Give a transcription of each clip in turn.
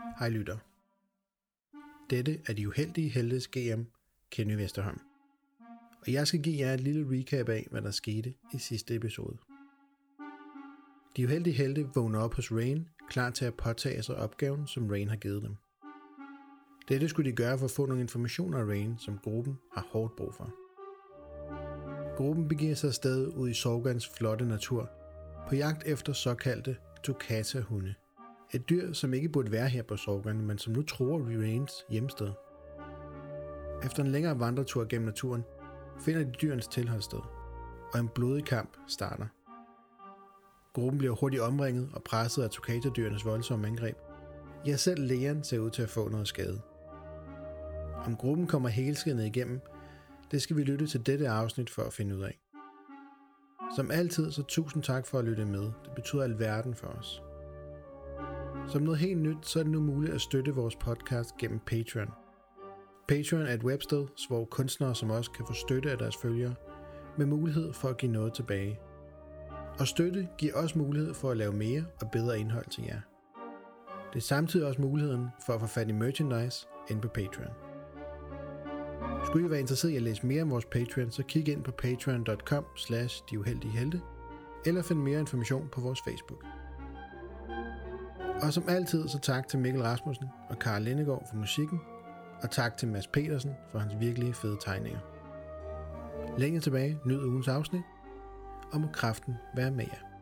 Hej lytter. Dette er De Uheldige Heltes GM, Kenny Vesterholm. Og jeg skal give jer et lille recap af, hvad der skete i sidste episode. De Uheldige Helte vågner op hos Rain, klar til at påtage sig opgaven, som Rain har givet dem. Dette skulle de gøre for at få nogle informationer af Rain, som gruppen har hårdt brug for. Gruppen begiver sig afsted ud i Sorgans flotte natur, på jagt efter såkaldte Tukata-hunde. Et dyr, som ikke burde være her på Sorgan, men som nu truer Rains hjemsted. Efter en længere vandretur gennem naturen, finder de dyrens tilholdssted, og en blodig kamp starter. Gruppen bliver hurtigt omringet og presset af Tukata-dyrenes voldsomme angreb. Ja, selv Leon ser ud til at få noget skade. Om gruppen kommer helskindet igennem, det skal vi lytte til dette afsnit for at finde ud af. Som altid, så tusind tak for at lytte med. Det betyder alverden for os. Som noget helt nyt, så er det nu muligt at støtte vores podcast gennem Patreon. Patreon er et websted, hvor kunstnere som os kan få støtte af deres følgere, med mulighed for at give noget tilbage. Og støtte giver også mulighed for at lave mere og bedre indhold til jer. Det er samtidig også muligheden for at få fat i merchandise inde på Patreon. Skulle I være interesseret i at læse mere om vores Patreon, så kig ind på patreon.com/deuheldigehelte, eller find mere information på vores Facebook. Og som altid, så tak til Mikkel Rasmussen og Karl Lindegaard for musikken, og tak til Mads Petersen for hans virkelig fede tegninger. Længe tilbage, nyd ugens afsnit, og må kraften være med jer.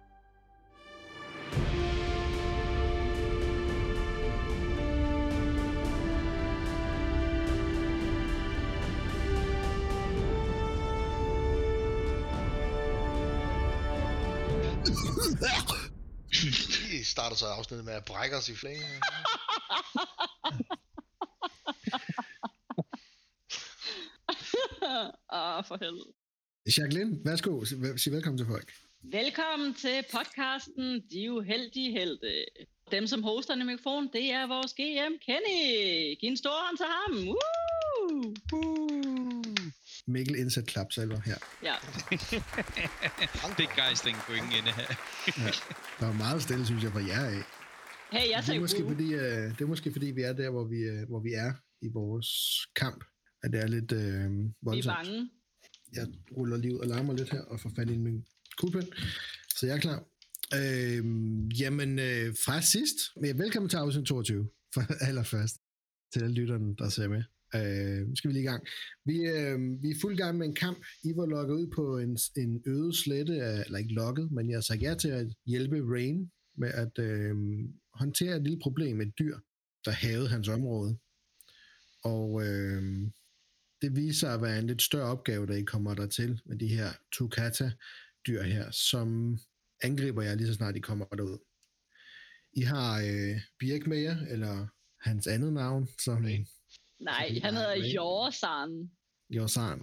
Vi starter så afsnittet med at brække os i flæng. For helvede. Jacqueline, værsgo. Sig velkommen til folk. Velkommen til podcasten De Uheldige Helte. Dem, som hoster en mikrofon, det er vores GM Kenny. Giv en stor hånd til ham. Mikkel indsat klapsalver her. Ja. Begejstring på ingen ende her. Ja, der var meget stille, synes jeg, fra jer af. Hey, jeg sagde det er måske fordi, vi er der, hvor vi er i vores kamp. At det er lidt voldsomt. Vi er bange. Jeg ruller lige ud og larmer lidt her og får fat i min kuglepen. Så jeg er klar. Fra sidst. Velkommen til afsnit 22. For allerførst. Til alle lytterne, der ser med. Nu skal vi lige i gang. Vi er fuld gang med en kamp. I var logget ud på en øde slette, eller ikke logget, men jeg har sagt ja til at hjælpe Rain med at håndtere et lille problem med et dyr, der havede hans område. Og det viser at være en lidt større opgave, da I kommer der til med de her Tukata-dyr her, som angriber jer lige så snart I kommer derud. I har Birk med jer, eller hans andet navn, som... Nej, han hedder Jorsan. Jorsan.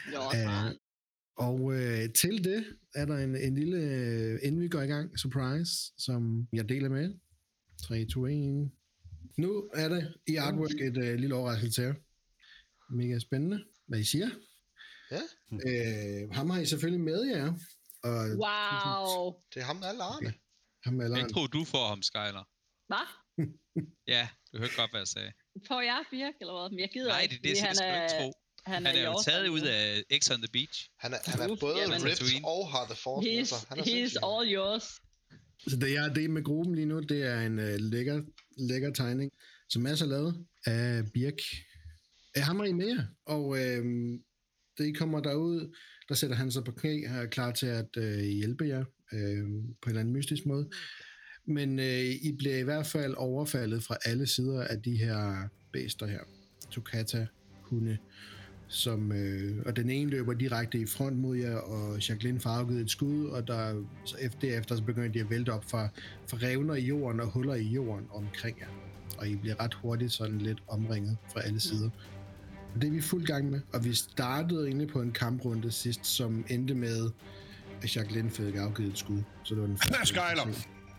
Og til det er der en lille, inden vi går i gang, surprise, som jeg deler med. 3, 2, 1. Nu er det i artwork et lille overraskelse til jer. Mega spændende, hvad I siger. Ja. Ham har I selvfølgelig med jer. Og wow. Det er ham med alle arne. Jeg tror du får ham, Skyler. Hvad? Ja, du hørte godt, hvad jeg sagde. Får jeg Birk, eller hvad? Men jeg gider nej, det er det, jeg skal ikke tro. Han er jo taget ud af X on the Beach. Han er både ripped og har the force med sig. He's all yours. Så det jeg har delt med gruppen lige nu, det er en lækker tegning, som Mads har lavet af Birk. Ham er I med jer, og da I kommer derud, der sætter han sig på knæ og er klar til at hjælpe jer på en eller anden mystisk måde. Men I bliver i hvert fald overfaldet fra alle sider af de her bæster her. Tukata-hunde. Og den ene løber direkte i front mod jer, og Jacqueline får afgivet et skud, og derefter så begynder de at vælte op fra revner i jorden og huller i jorden omkring jer. Og I bliver ret hurtigt sådan lidt omringet fra alle sider. Det er vi fuld gang med, og vi startede egentlig på en kamprunde sidst, som endte med, at Jacqueline fik afgivet et skud. Så det var den første. Skyler!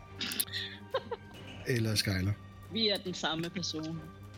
Eller Skyler. Vi er den samme person.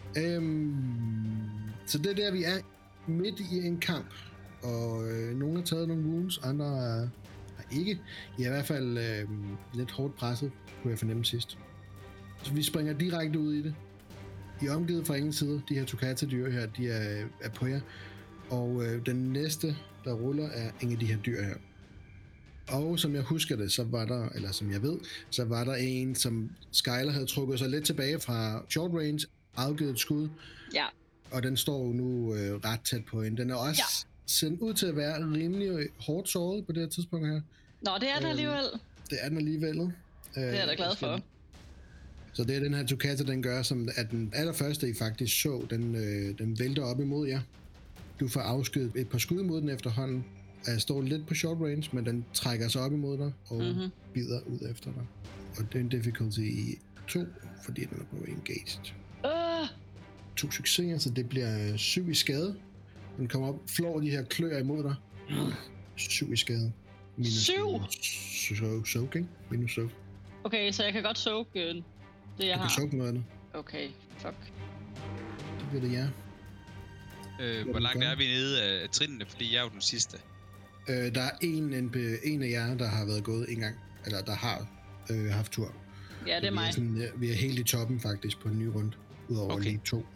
Så det er der, vi er midt i en kamp, og nogle har taget nogle wounds, andre har ikke. I er i hvert fald lidt hårdt presset, kunne jeg fornemme sidst. Så vi springer direkte ud i det. I er omgivet fra ingen side. De her Tokata-dyr her, de er på jer. Og den næste, der ruller, er en af de her dyr her. Og som jeg husker det, så var der, eller som jeg ved, så var der en, som Skyler havde trukket sig lidt tilbage fra short range, afgivet et skud. Ja. Og den står nu ret tæt på hende. Den er også sendt ud til at være rimelig hårdt såret på det her tidspunkt her. Nå, det er den alligevel. Det er den alligevel. Det er jeg da glad for. Så det er den her Tokata, den gør, som er den allerførste, I faktisk så. Den vælter op imod jer. Du får afskydet et par skud mod den efterhånden. Jeg står lidt på short range, men den trækker sig op imod dig og bider ud efter dig. Og det er en difficulty i 2, fordi den er på engaged. 2 succeser, så det bliver 7 i skade. Den kommer op, flår de her kløer imod dig. 7 i skade. Minus 7? Soaking. Minus soak. Okay, så jeg kan godt soak det, jeg har. Du kan soak noget af det. Okay, fuck. Det bliver det, ja. Hvor langt er vi nede af trinene, fordi jeg er jo den sidste? Der er en af jer, der har været gået en gang, eller der har haft tur. Ja, det er mig. Vi er helt i toppen faktisk på en ny runde, udover lige 2.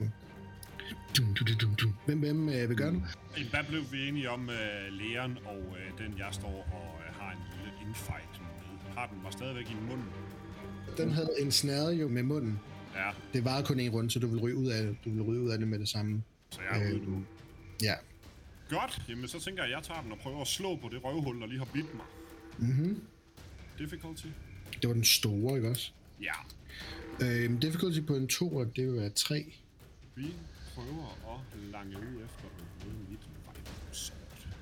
Hvem vil gøre det? Hvad blev vi enige om lægeren og den, jeg står og har en lille infight med? Var stadigvæk i munden? Den havde en snade jo med munden. Ja. Det var kun en runde, så du vil ryge ud af det. Du vil ryge ud af det med det samme. Så jeg er ude nu? Ja. Godt, jamen så tænker jeg tager den og prøver at slå på det røvhul, der lige har bidt mig. Difficulty? Det var den store, ikke også? Ja. Difficulty på en 2, det vil være 3. Vi prøver at lange ud efter mit Vibrosword.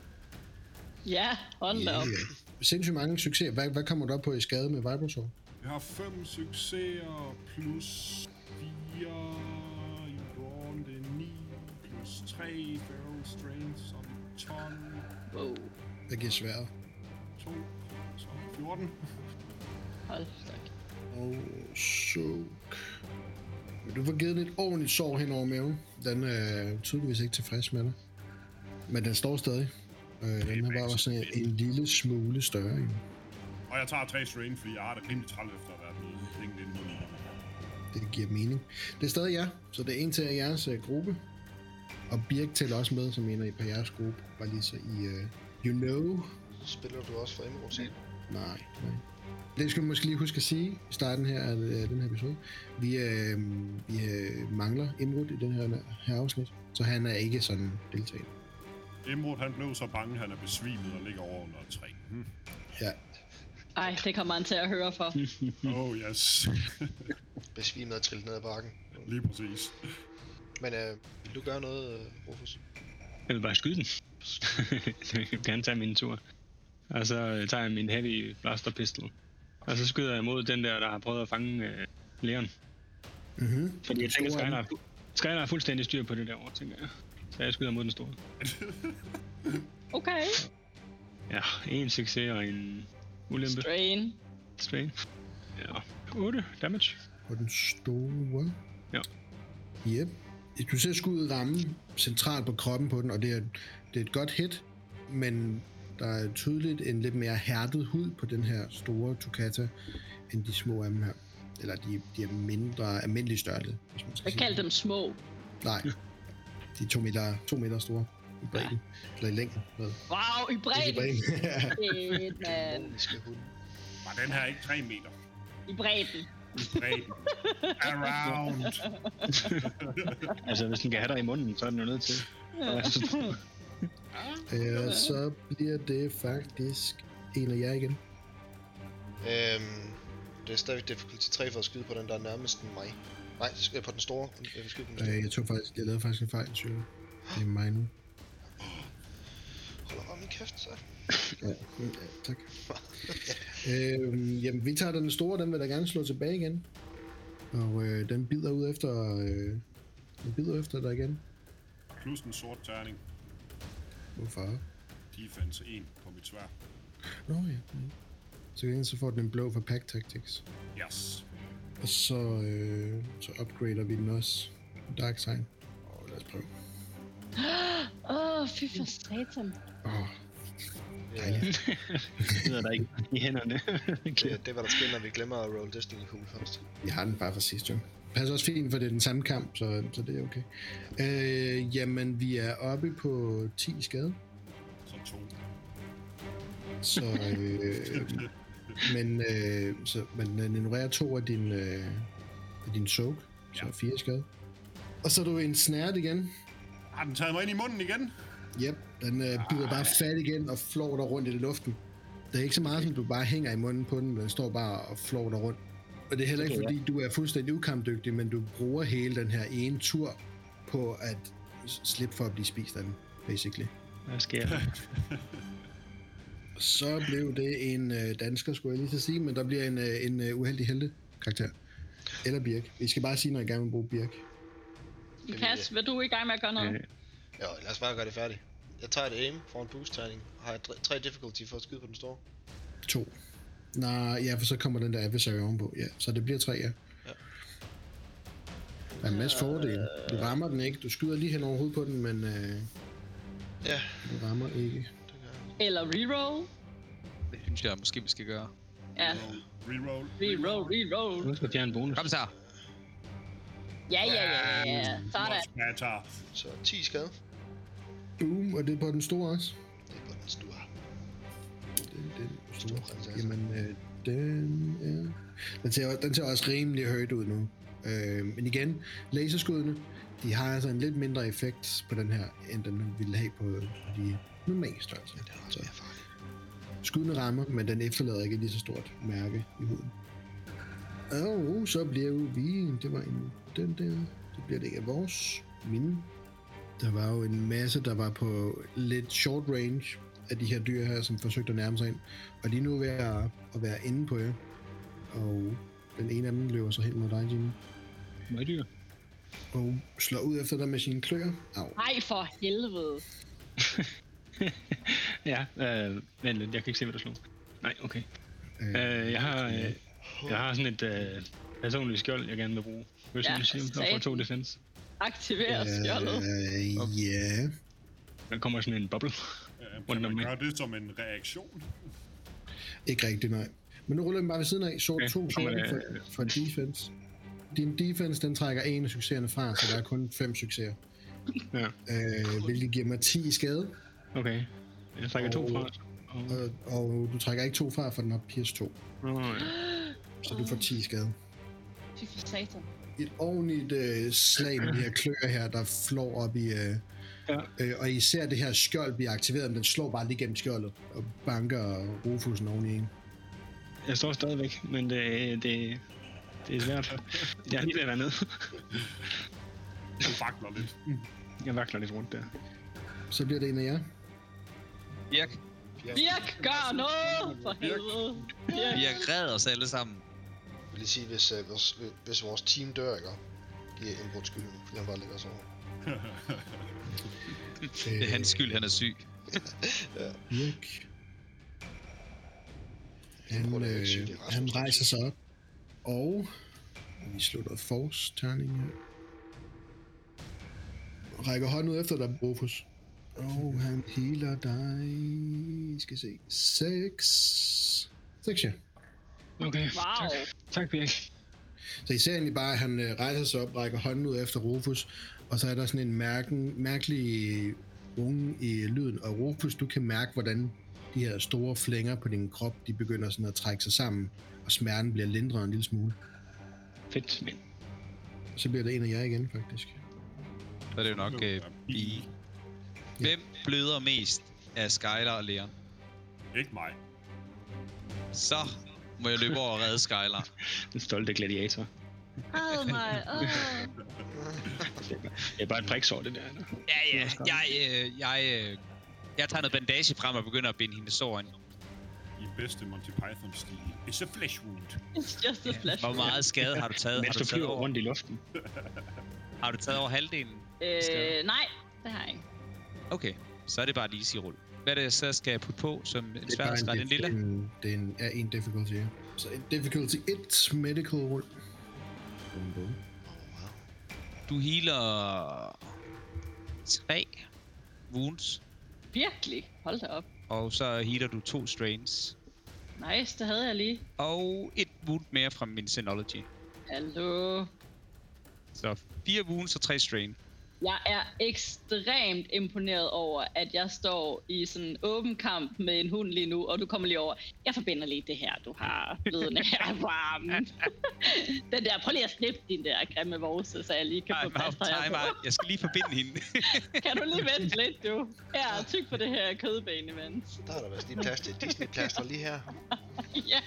Ja, hold da op. Sindssygt mange succeser. Hvad kommer du op på i skade med Vibrosword? Jeg har 5 succeser plus 4 i Brawn, det er 9 plus 3 Feral Strength, så 12. Wow. Det giver sværet. 2, så 14. Hold da. Og soak. Du får givet et ordentligt sår hen over maven. Den er tydeligvis ikke tilfreds med dig. Men den står stadig. Den har bare sådan en lille smule større. Og jeg tager 3 strain, fordi jeg har det rimelig træt efter at være blevet. Det giver mening. Det er stadig jer, så det er en til jeres gruppe. Og Birk tæller også med, som en af på jeres gruppe. Bare lige så I you know. Spiller du også for Emerald? Nej. Det skal vi måske lige huske at sige i starten her af den her episode. Vi mangler Imrud i den her afsnit, så han er ikke sådan deltagende. Imrud, han blev så bange, han er besvimet og ligger over under 3. Ja. Ej, det kommer han til at høre for. Oh yes. Besvimet og trillet ned ad bakken. Lige præcis. Men vil du gøre noget, Rufus? Jeg vil bare skyde den. Jeg vil gerne tage min tur. Og så tager jeg min heavy blaster pistol. Og så skyder jeg mod den der har prøvet at fange Leon. Fordi jeg tænker, Skyler er fuldstændig styr på det derovre, tænker jeg. Så jeg skyder mod den store. Okay. Ja, 1 succes og en ulempe. Strain. Ja, 8 damage. Og den store. Ja. Yep. Du ser skuddet ramme centralt på kroppen på den, og det er et godt hit, men der er tydeligt en lidt mere hærdet hud på den her store Tokata, end de små af dem her. Eller de er mindre almindelig størrelse, hvis man skal sige. Jeg kalder dem små. Nej, de er 2 meter store i bredden. Eller i længden. Wow, i bredden? Fedt, mand. Var den her ikke 3 meter? I bredden. Around. Altså, hvis den kan have dig i munden, så er den jo nødt til. Så bliver det faktisk en af jer igen. Det er stadig difficulty 3 for at skyde på den, der er nærmest mig. Nej, på den store. Jeg lavede faktisk en fejl, så det er mig nu. Hold op min kæft, så. Ja, tak. Jamen, vi tager den store, den vil da gerne slå tilbage igen. Og den bider ud efter dig igen. Plus en sort terning. Hvorfor? Defense 1 på mit sværd. Nå ja. Så får den en blå for Pack Tactics. Yes. Og så upgrader vi den også. Dark Sign. Lad os prøve. Fy for satan. Dejligt. sidder der ikke i hænderne. Det var der sker, når vi glemmer at roll Destiny Cool først. Jeg har den bare fra sidst, jo. Passer også fint, for det er den samme kamp, så det er okay. Jamen, vi er oppe på 10 skade. Så 2. Så, men ignorerer 2 af din soak, så 4 skade. Og så er du en snært igen. Har den taget mig ind i munden igen? Yep, den bider bare fat igen og flår dig rundt i det luften. Det er ikke så meget, som du bare hænger i munden på den, den står bare og flår dig rundt. Og det er heller ikke, fordi du er fuldstændig ukampdygtig, men du bruger hele den her ene tur på at slippe for at blive spist af den, basically. Hvad sker der? Så blev det en dansker, skulle jeg lige til at sige, men der bliver en uheldig helte-karakter. Eller Birk. Vi skal bare sige, når jeg gerne vil bruge Birk. Kas, vil du i gang med at gøre noget? Ja, lad os bare gøre det færdigt. Jeg tager et aim for en boost-terning. Har jeg 3 difficulty for at skyde på den store? 2. Nej, ja, for så kommer den der adversary ovenpå. Ja, så det bliver 3, ja. Der er en masse fordele. Du rammer den ikke. Du skyder lige hen over hovedet på den, men ja. Du rammer ikke. Eller reroll? Det synes jeg måske, vi skal gøre. Ja. Reroll. Nu skal jeg have en bonus. Kom så. Ja. Sådan. Så 10 skade. Boom, og det er på den store også. Det er på den store. Den store. Jamen, den ser også rimelig højt ud nu. Men igen, laserskuddene, de har altså en lidt mindre effekt på den her, end den ville have på de normale størrelser. Så skuddene rammer, men den efterlader ikke lige så stort mærke i huden. Og så bliver vi, det var den der, det bliver det ikke af vores, mine. Der var jo en masse, der var på lidt short range af de her dyr her, som forsøgte at nærme sig ind. Og de er nu ved at være inde på jer. Og den ene af dem løber så hen mod dig, Jimmy. Hvad dyr? Og slår ud efter dig med sine kløer. Au. Ej, for helvede. Ja, vent lidt, jeg kan ikke se, hvad der slår. Nej, okay. Jeg har sådan et personligt skjold, jeg gerne vil bruge. Hvis jeg siger, og får 2 defense. Aktiver skjoldet. Ja. Der kommer sådan en boble. Kan man gøre det som en reaktion? Ikke rigtigt, nej. Men nu ruller den bare ved siden af. Så okay, 2 for defense. Din defense, den trækker en af succeserne fra, så der er kun 5 succeser. Ja. Hvilket giver mig 10 i skade. Okay. Jeg trækker 2 fra. Og du trækker ikke 2 fra, for den har pierce 2. Ja. Så du får 10 i skade. Fy for satan. Et ordentligt slag med de her kløer her, der flår op i... og især det her skjold bliver aktiveret, men den slår bare lige gennem skjoldet og banker Rufusen oveni en. Jeg står stadigvæk, men det er svært. Jeg er lige ved at være nede. Du vakler lidt. Jeg vakler lidt rundt der. Så bliver det en af jer. Birk, gør noget! For helvede. Birk redder os alle sammen. Jeg vil lige sige, hvis vores team dør, ikke? De er indbrudt skylden, fordi han bare lægger os over. Det er hans skyld, han er syg. Birk. Han rejser sig op. Og vi slutter force-terning her. Rækker hånden ud efter dig, Rufus. Og han healer dig. Skal se. 6, ja. Okay, Wow. Tak Birk. Så I ser egentlig bare, at han rejser sig op, rækker hånden ud efter Rufus, og så er der sådan en mærkelig unge i lyden. Og Rufus, du kan mærke, hvordan de her store flænger på din krop, de begynder sådan at trække sig sammen, og smerten bliver lindret en lille smule. Fedt, men. Så bliver det en af jer igen, faktisk. Så er det jo nok Bee. Hvem bløder mest af Skylar og Leon? Ikke mig. Så må jeg løbe over og redde Skylar. Den stolte gladiator. mig. Det er bare et priksår, det der. Ja. Jeg tager noget bandage frem og begynder at binde hendes sår ind. I bedste Monty Python-stil. It's a flesh wound. It's just a flesh Hvor meget skade har du taget? Mens du flyver rundt i luften. Har du taget over halvdelen? Nej, det har jeg ikke. Okay, så er det bare et easy rull. Hvad er det, så skal jeg putte på som en sværhedsgrad? En lille? Det er en difficulty, ja. Så en difficulty 1 medical rull. Du healer 3 wounds. Virkelig? Hold da op. Og så healer du 2 strains. Nice, det havde jeg lige. Og 1 wound mere fra min Synology. Hallo. Så 4 wounds og 3 strain. Jeg er ekstremt imponeret over, at jeg står i sådan en åben kamp med en hund lige nu, og du kommer lige over. Jeg forbinder lige det her, du har blødende her varmen. Den der, prøv lige at slippe din der grimme vorse, så jeg lige kan få plads her. Jeg skal lige forbinde hende. Kan du lige vente lidt, du? Her, tyk på det her kødben imens. Der er der vist lige plads til Disney-plaster lige her. Ja.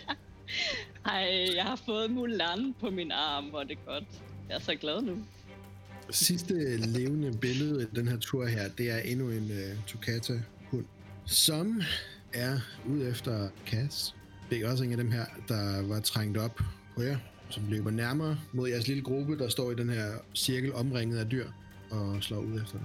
Ej, jeg har fået Mulan på min arm, hvor det er godt. Jeg er så glad nu. Sidste levende billede af den her tur her, det er endnu en Tocata-hund, som er ude efter Cass. Det er også en af dem her, der var trængt op på jer, som løber nærmere mod jeres lille gruppe, der står i den her cirkel omringet af dyr og slår ud efter den.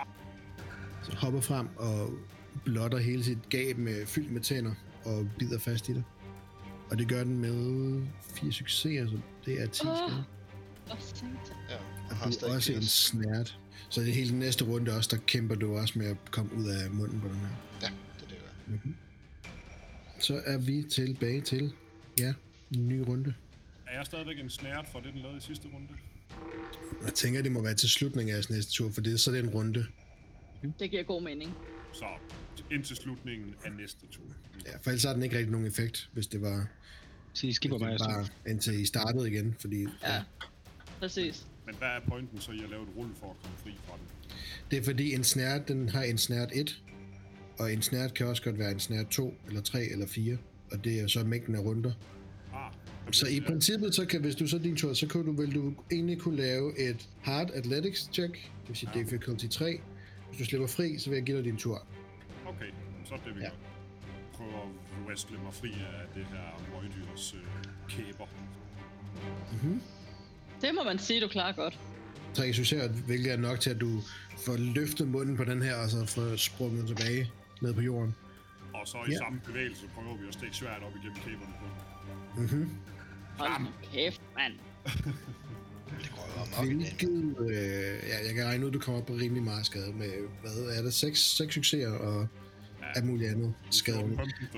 Så hopper frem og blotter hele sit gab fyldt med tænder og bider fast i det. Og det gør den med 4 succeser, så det er 10 skade. Ja, og du er også en snært. Så det er hele den næste runde også, der kæmper du også med at komme ud af munden på den her. Ja, det gør jeg. Mm-hmm. Så er vi tilbage til, en ny runde. Er jeg stadigvæk en snært for det, den lavede i sidste runde? Jeg tænker, det må være til slutningen af jeres næste tur, for det er så det en runde. Det giver god mening. Så indtil slutningen af næste tur. Ja, for ellers har den ikke rigtig nogen effekt, hvis det var... Så I skipper mig bare indtil I startede igen, fordi... Ja. Præcis. Men hvad er pointen så, I har lavet et rulle for at komme fri fra den? Det er fordi en snært, den har en snært 1, og en snært kan også godt være en snært 2, eller 3, eller 4, og det er så mængden af runder. Så i princippet, så kan, hvis du så din tur, så vil du egentlig kunne lave et hard athletics check, det vil sige difficulty 3. Hvis du slipper fri, så vil jeg give dig din tur. Okay, så er det vi gør. Prøver at wrestle mig fri af det her møgdyrs kæber. Mm-hmm. Det må man sige, du klarer godt. 3 succeser, hvilket er nok til, at du får løftet munden på den her, og så får sprunget tilbage ned på jorden. Og så i samme bevægelse prøver vi at stikke svært op igennem kæberne på. Mhm. Hold kæft, mand. Det går jo amok i Hvilket, jeg kan regne ud, du kommer op på rimelig meget skade med, hvad er det, 6 succeser og alt muligt andet skade.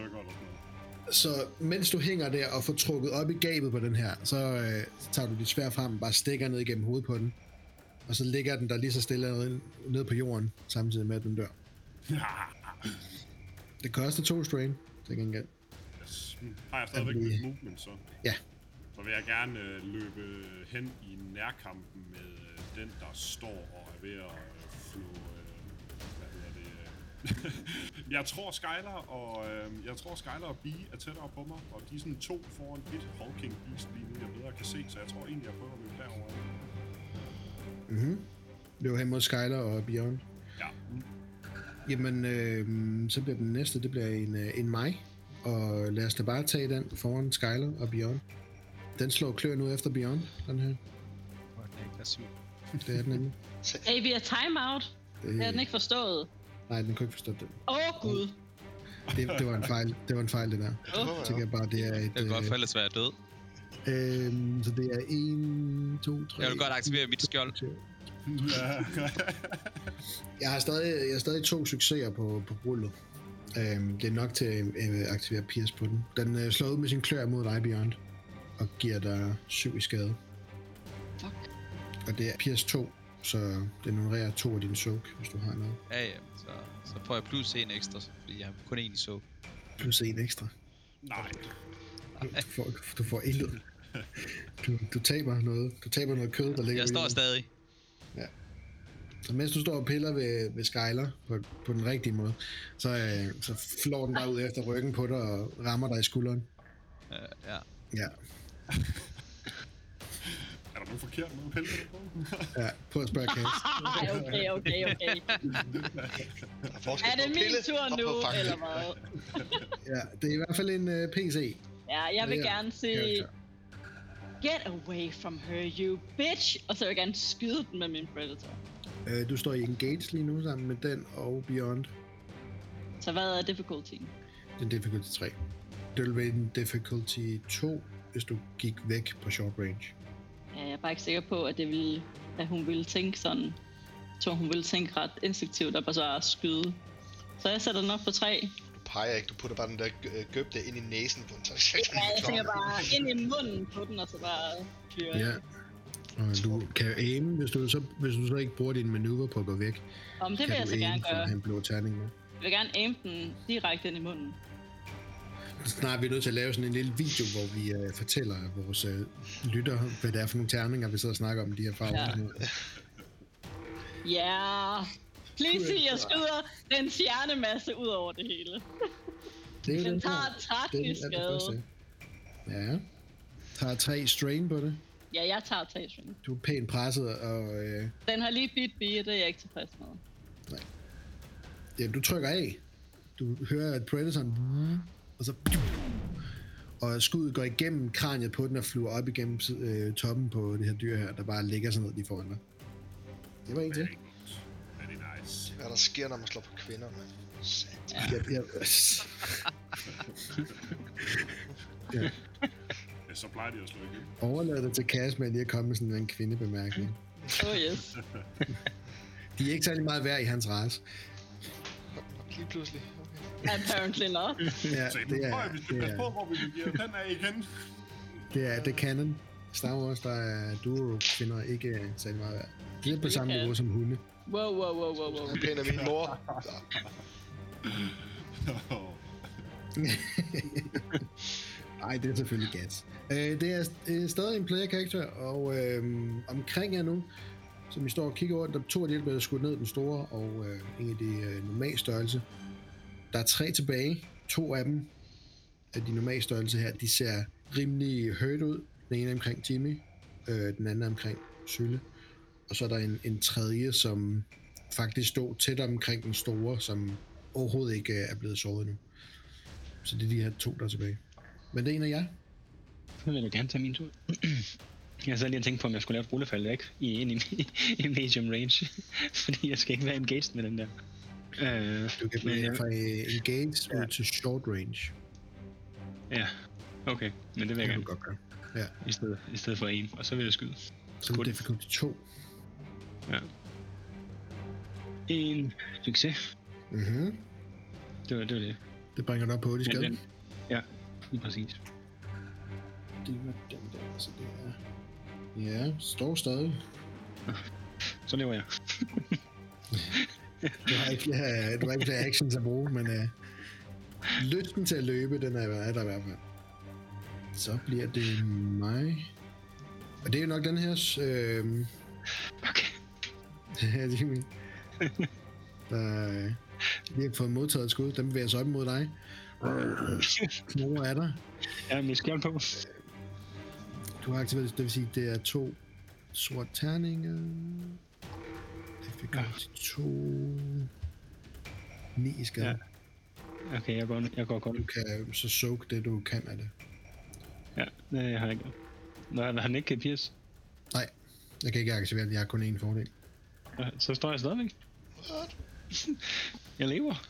Så mens du hænger der og får trukket op i gabet på den her, så tager du dit sværd frem og bare stikker ned igennem hovedet på den. Og så ligger den der lige så stille ned på jorden, samtidig med at den dør. Det koster 2 strain, til gengæld. Yes. Har jeg stadigvæk mit movement, så? Ja. Så vil jeg gerne løbe hen i nærkampen med den, der står og er ved at flå... hvad hedder det? Jeg tror Skylar og Bee er tættere på mig, og de er sådan 2 foran et hulking beast lige nu, jeg bedre kan se, så jeg tror egentlig, jeg prøver at løbe derover. Mhm. Løber hen mod Skylar og Beyond. Ja. Jamen, så bliver den næste, det bliver en mig. Og lad os da bare tage den foran Skylar og Beyond. Den slår kløen ud efter Beyond, den her. Det er den nemlig. Hey, vi er timeout. Det har den ikke forstået. Nej, den kunne ikke forstå det. Gud. Det var en fejl. Det var en fejl, det der. Så jeg bare, det er et... Det er godt, for ellers være død. Så det er 1, 2, 3... Jeg vil godt aktivere mit skjold. Jeg har stadig 2 succeser på rullet. Det er nok til at aktivere Pierce på den. Den slår ud med sin klør mod dig, Beyond, og giver dig 7 i skade. Fuck. Og det er Pierce 2, så det ignorerer 2 af dine soak, hvis du har noget. Ja, så får jeg plus 1 ekstra, fordi jeg har kun 1 i soak. Plus 1 ekstra? Nej. Du får intet. Du taber noget. Du taber noget kød, der ligger. Jeg står stadig. Ja. Så mens du står og piller ved Skylar på den rigtige måde, så flår den bare ud efter ryggen på dig og rammer dig i skulderen. Ja. Ja. Er der nogen forkert måde at pille dig på? Ja, prøv at spørge Cass. Okay. Er det min tur nu, eller hvad? Ja, det er i hvert fald en PC. Ja, jeg vil gerne sige... Get away from her, you bitch! Og så vil jeg gerne skyde den med min Predator. Du står i engage lige nu sammen med den og Beyond. Så hvad er difficultyen? Den difficulty 3. Det vil være en difficulty 2, hvis du gik væk på short range. Ja, jeg er bare ikke sikker på, at hun ville tænke sådan. Så hun ville tænke ret instinktivt og bare så skyde. Så jeg sætter den op på 3. Du peger ikke, du putter bare den der gøbte ind i næsen på den. Så Ja, jeg tænker bare ind i munden på den, og så bare fyre. Ja. Og du kan aim, hvis du så ikke bruger din manøvre på at gå væk. Det vil jeg så gerne gøre. Han blå terning med. Jeg vil gerne aim den direkte ind i munden. Snart er vi nødt til at lave sådan en lille video, hvor vi fortæller vores lyttere, hvad det er for nogle terninger, vi sidder og snakker om de her farver. Ja. Please sig, jeg skyder den stjernemasse ud over det hele. Den tager 13 i skade. Ja. Tager 3 strain på det. Ja, jeg tager 3 strain. Du er pænt presset, og... Den har lige bidt bie, det er jeg ikke tilfreds med. Nej. Jamen, du trykker af. Du hører, at Predatoren... Og så... Og skuddet går igennem kraniet på den og flyver op igennem toppen på det her dyr her, der bare ligger sådan noget lige foran dig. Det var en til. Very nice. Hvad der sker, når man slår på kvinder, mand? Ja. Så plejer de at slå igen. Overlad det til Cass med lige at komme med sådan en kvindebemærkning. Yes. De er ikke særlig meget værd i hans race. Lige pludselig. Apparently not. Ja, Så det er... Vi skal passe på, hvor vi giver den af igen. Det er canon. Star Wars, der er duo-kvinder ikke særlig meget værd. De er på samme niveau som hunde. Wow. Jeg pæner min mor. Nej, det er selvfølgelig gas. Det er stadig en player character, og omkring jer nu, som I står og kigger over, der er 2 af de, der bliver skudt ned, den store, og en af de normale størrelse. Der er 3 tilbage. 2 af dem, af de normale størrelse her, de ser rimelig hurt ud. Den ene er omkring Jimmy, den anden er omkring Sylle. Og så er der en tredje, som faktisk stod tæt omkring den store, som overhovedet ikke er blevet såret nu. Så det er de her 2, der er tilbage. Men det er en af jer. Så vil jeg gerne tage min tur. Jeg sad lige og tænkte på, om jeg skulle lave et rullefald væk i medium range. Fordi jeg skal ikke være engaged med den der. Du kan blive fra engage ud til short range. Ja, okay. Men det vil jeg gerne. Godt gøre. Ja. I stedet for aim. Og så vil jeg skyde. Så er det difficulty 2. Ja. En succes. Mhm. Det var det. Det bringer dig op på, de skal. Ja, lige præcis. Det var den der, så det er... Ja, står stadig. Så lever jeg. Du har ikke flere actions at bruge, men lysten til at løbe, den er der i hvert fald. Så bliver det mig. Og det er jo nok den her... Okay. Ja, Jimmy. Der lige har fået modtaget et skud. Den bevæger sig op imod dig. Hvor er der? Ja, med skærm på. Du har aktiveret, det vil sige, det er 2 sort terninger. Difficulty 2. 9 i skade. Ja. Okay, jeg går godt. Du kan så soak det, du kan af det. Ja, det har jeg ikke. Har den ikke Pierce? Nej, jeg kan ikke aktivere det. Jeg har kun én fordel. Ja, så står jeg stadigvæk. Jeg lever.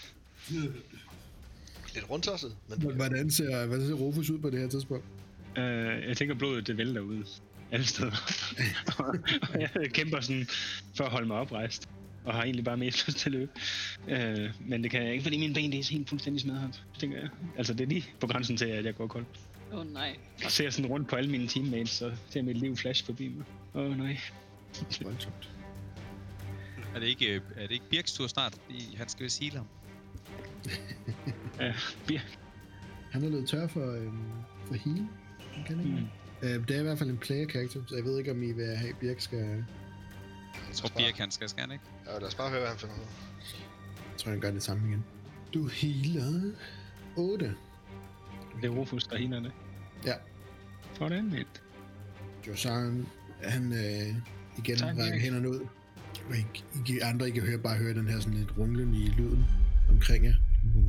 Lidt rundtosset, men... Hvordan ser Rufus ud på det her tidspunkt? Jeg tænker, blodet det vælter ud alle steder. Og jeg kæmper sådan for at holde mig oprejst. Og har egentlig bare mest lyst til at løbe. Men det kan jeg ikke, fordi mine ben det er helt fuldstændig smadret, tænker jeg. Altså det er lige på grænsen til, at jeg går kold. Nej. Jeg ser sådan rundt på alle mine teammates, så ser mit liv flash forbi mig. Nej. Voldsomt. Er det ikke Birks tur snart? Fordi han skal vist heale ham. Ja, Birk. Han er lidt tør for heal. Kan ikke? Det er i hvert fald en player character, så jeg ved ikke, om I vil have Birk skal... Jeg tror Birk han skal ikke? Ja, lad os bare høre, hvad han finder ud. Jeg tror, han gør det samme igen. Du healer 8. Det er Rufus, der healer det. Ja. Sådan lidt. Josan, han igen rækker hænderne ud. I andre, I kan bare høre den her sådan lidt runglen i lyden omkring jer.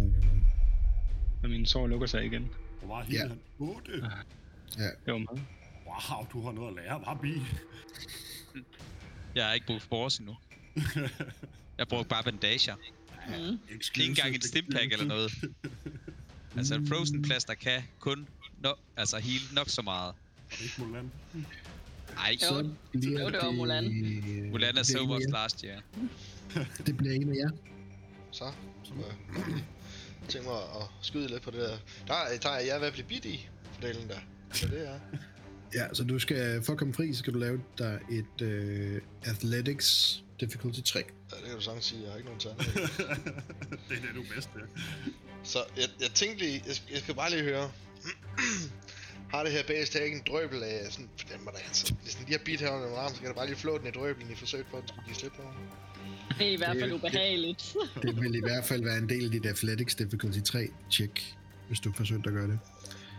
Og min sår lukker sig igen. Hvor meget healer han? 8? Ja. Det var meget. Wow, du har noget at lære, var Bi? Jeg har ikke brugt force endnu. Jeg brugte bare bandager. Ikke engang en stimpack eller noget. Altså en frozen plaster kan kun heal nok så meget. Ikke Mulan. Ej, Så bliver det var Mulan. Mulan er so much last year. Det bliver en af jer. Så tænke mig at skyde lidt på det der. Der tager jeg hvad bliver bidt i fordelen der. Så det er. Ja, så du skal, for at komme fri, så skal du lave dig et Athletics Difficulty 3. Ja, det kan du sagtens sige. Jeg har ikke nogen tal. Det er det, du er bedst til. Så jeg tænkte lige, jeg skal bare lige høre. Har det her base ikke en drøbel af sådan, for den må der altså. Hvis den lige har bidt her under min arm, så kan du bare lige flå den i drøbelen i forsøg på, at den skulle give slip på. Det er i hvert fald ubehageligt. Det vil i hvert fald være en del af dit Athletics Difficulty 3 check, hvis du forsøger at gøre det.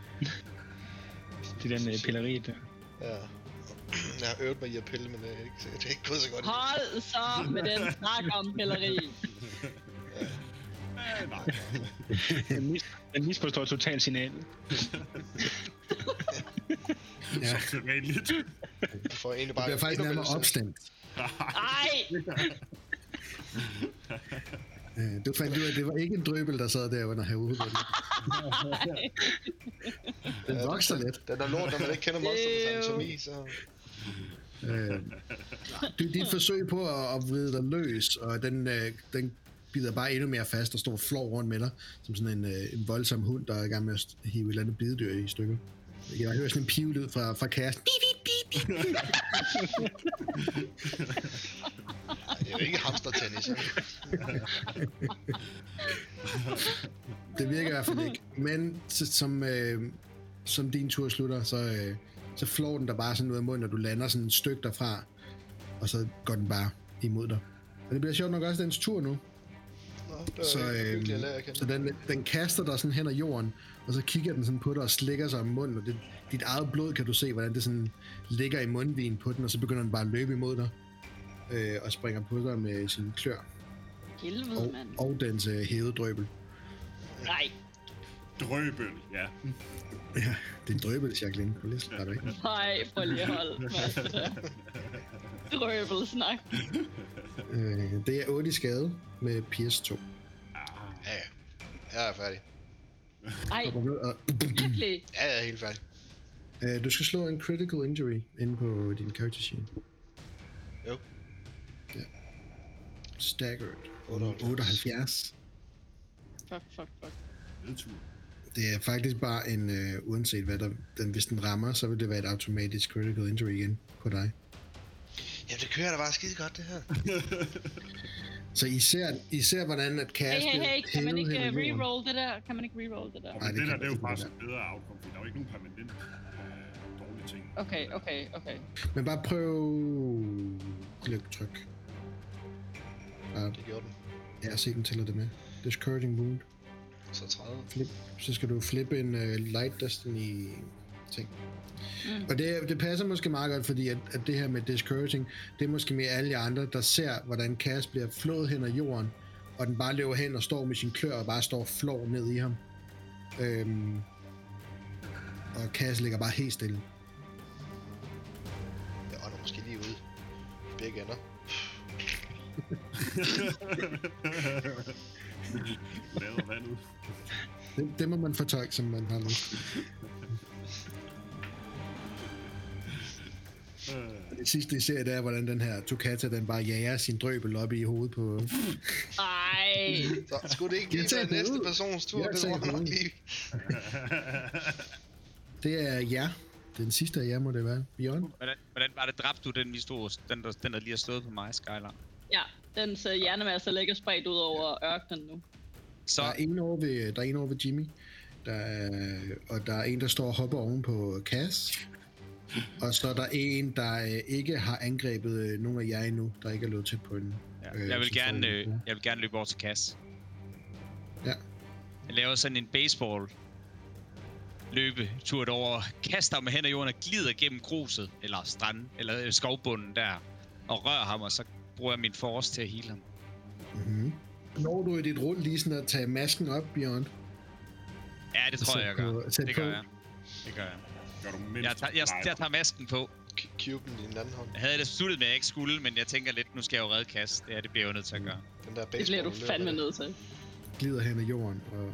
Det er den pilleri der. Ja. Jeg har øvet mig i at pille, men det er ikke gået så godt. Hold så med den snak om pilleri. Nej. Den misforstår totalt signalet. Ja. Så sædvanligt. Du får egentlig bare... Det bliver faktisk nærmere opstemt. Ej! Du fandt ud af, at det var ikke en drøbel, der sad der under herude. Den vokser lidt. Den er lort, når man ikke kender monsterens anatomi, så... Det er dit forsøg på at vride dig løs, og den bider bare endnu mere fast og står og flår rundt med dig, som sådan en voldsom hund, der er i gang med at hive et eller andet bidedyr i stykker. Jeg hører sådan en pivlyd fra kæresten. Det er jo ikke hamstertennis. Det virker i hvert fald ikke. Men som din tur slutter, så flår den der bare sådan ud af munden, når du lander sådan et stykke derfra, og så går den bare imod dig. Og det bliver sjovt nok også dens tur nu. Så den kaster dig sådan hen ad jorden, og så kigger den sådan på dig og slikker sig om munden, og dit eget blod kan du se, hvordan det sådan ligger i mundvinen på den, og så begynder den bare at løbe imod dig, og springer på dig med sine klør. Helvede, mand. Og dens hævede drøbel. Nej. Drøbel, ja. Ja, det er en drøbel, Jacqueline. Du læser bare ikke. Nej, prøv lige at holde med det. Drøbelsnak. Det er 8 i skade med Pierce 2. Ja, jeg er færdig. Ej, virkelig. Ja, jeg er helt færdig. Du skal slå en critical injury inde på din character sheet. Jo. Ja. Staggered. 78. Fuck. Nedtur. Det er faktisk bare en, uanset hvad hvis den rammer, så vil det være et automatisk critical injury igen på dig. Ja, det kører da bare skide godt, det her. Så I ser hvordan at Cass Hey, kan man ikke reroll det der? Kan man ikke reroll det der? Nej, det er jo faktisk et bedre outcome, for der er jo ikke nogen permanent dårlige ting. Okay. Men bare prøv gløbtryk. Det gjorde den. Ja, se den tæller det med. Discouraging wound. Så 30. Så skal du flippe en Light Destiny ting. Og det passer måske meget godt, fordi at det her med discouraging, det er måske mere alle andre, der ser, hvordan Cass bliver flået hen ad jorden, og den bare løber hen og står med sin klør og bare står og flår ned i ham. Og Cass ligger bare helt stille. Jeg ånder måske lige ude. Begge ender. Lader vandet. Det må man fortolke, som man har lyst. Det sidste I ser, det er, hvordan den her Tocata, den bare jager sin drøbel op i hovedet på... Ej. Så skulle det ikke lige være næste persons tur? Det tror jeg nok lige. Det er jer. Den sidste af jer må det være. Bjørn? Hvordan var det, dræbte du den, den der lige har stået på mig, Skylar? Ja, den hjernemasse ligger spredt ud over ørkenen nu. Så der er en over ved Jimmy. Og der er en, der står og hopper oven på Cass. Og så er der en, der ikke har angrebet nogen af jer endnu, der ikke er løbet tæt på hende. Ja, jeg vil gerne løbe over til Cass. Ja. Jeg laver sådan en baseball løbetur over, kaster med hen ad jorden og glider gennem gruset, eller stranden, eller skovbunden der, og rører ham, og så bruger jeg min force til at heale ham. Mm-hmm. Når du i dit rull lige sådan at tage masken op, Bjørn? Ja, det tror jeg gør. Det gør jeg. Jeg tager masken på. Cuben i den anden hånd. Jeg havde det besluttet med, at jeg ikke skulle, men jeg tænker lidt, nu skal jeg jo redde Cass. Det bliver jeg jo nødt til at gøre. Den der det bliver du fandme nødt til. Glider hen ad jorden og...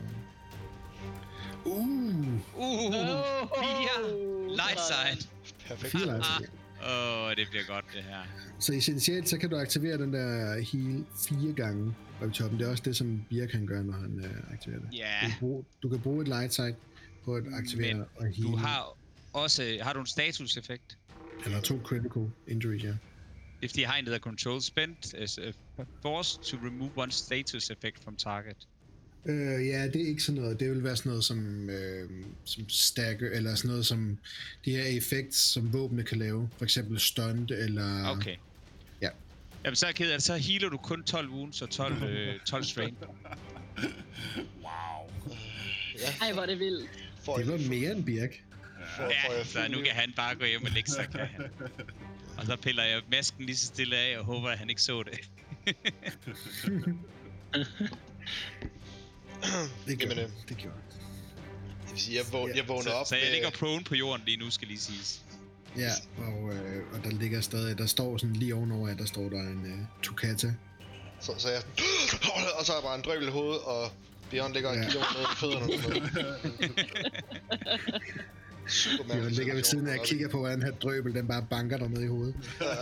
Fire! Light side! Perfekt. Det bliver godt, det her. Så essentielt, så kan du aktivere den der heal 4 gange oppe i toppen. Det er også det, som Birk kan gøre, når han aktiverer det. Ja. Du kan bruge et light sight på at aktivere og heal. Du har du en status-effekt? Eller 2 critical injuries, ja. If the behind the control spent is forced to remove one status effect from target. Ja, det er ikke sådan noget. Det vil være sådan noget som stagger, eller sådan noget som de her effekter, som våbne kan lave. For eksempel stunt, eller... Okay. Ja. Jamen, så er jeg ked af det. Så healer du kun 12 wounds og 12 strain. Wow. Ej, hvor er det vildt. Det var mere end Birk. Ja, så nu kan han bare gå hjem og lægge sig, kan han. Og så piller jeg masken lige så stille af, og håber, at han ikke så det. Det gjorde det. Det vil sige, jeg vågner op. Så jeg ligger prone på jorden lige nu, skal lige siges. Ja, og der ligger stadig, der står sådan lige ovenover, at der står der en Tukata. Så jeg, og så er bare en drøvel i hovedet, og Bjørn ligger og kigger ned i fødderne. Bjørn ligger ved siden af og kigger på, hvordan den her drøbel, den bare banker der ned i hovedet.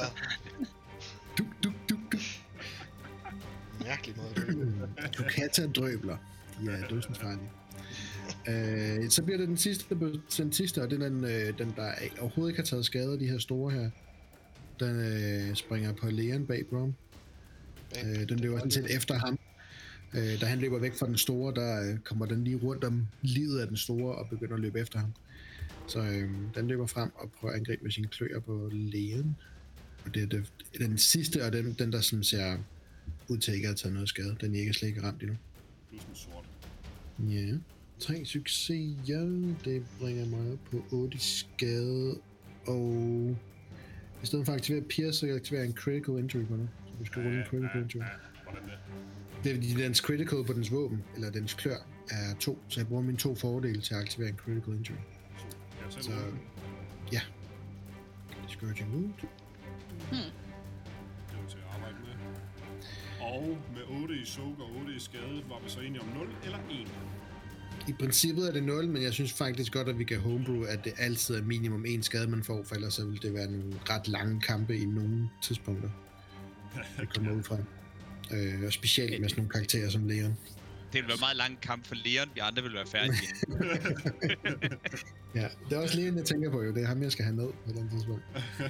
Duk. Mærkelig måde. Tukata-drøbler. Ja, dødsensfarlige. Så bliver det den sidste, og det er den der overhovedet ikke har taget skade af de her store her. Den springer på Leon bag Brom. Den løber sådan set efter ham. Da han løber væk fra den store, der kommer den lige rundt om livet af den store og begynder at løbe efter ham. Så den løber frem og prøver at angribe med sine kløer på Leon. Og det er den sidste, og den der sådan ser ud til ikke at have taget noget skade. Den er ikke slet ikke ramt endnu. Plus en sort. Ja. 3 succeser, det bringer mig op på 8 skade, og i stedet for at aktivere Pierce, så kan jeg aktivere en critical injury på det. Så du skal rulle en critical injury. Hvordan det? Det er fordi, dens critical på dens våben, eller dens klør, er 2, så jeg bruger mine 2 fordele til at aktivere en critical injury. Så, ja. Discouraging wound. Det er til at arbejde med. Og med 8 i soak og 8 i skade, var vi så enige om 0 eller 1? I princippet er det 0, men jeg synes faktisk godt, at vi kan homebrew, at det altid er minimum 1 skade, man får, for ellers så vil det være nogle ret lange kampe i nogle tidspunkter. Det kommer ud fra. Og specielt med sådan nogle karakterer som Leon. Det vil være meget lang kamp for Leon, vi andre vil være færdige. Ja, det er også Leon, jeg tænker på jo. Det er ham, jeg skal have ned på den tidspunkt.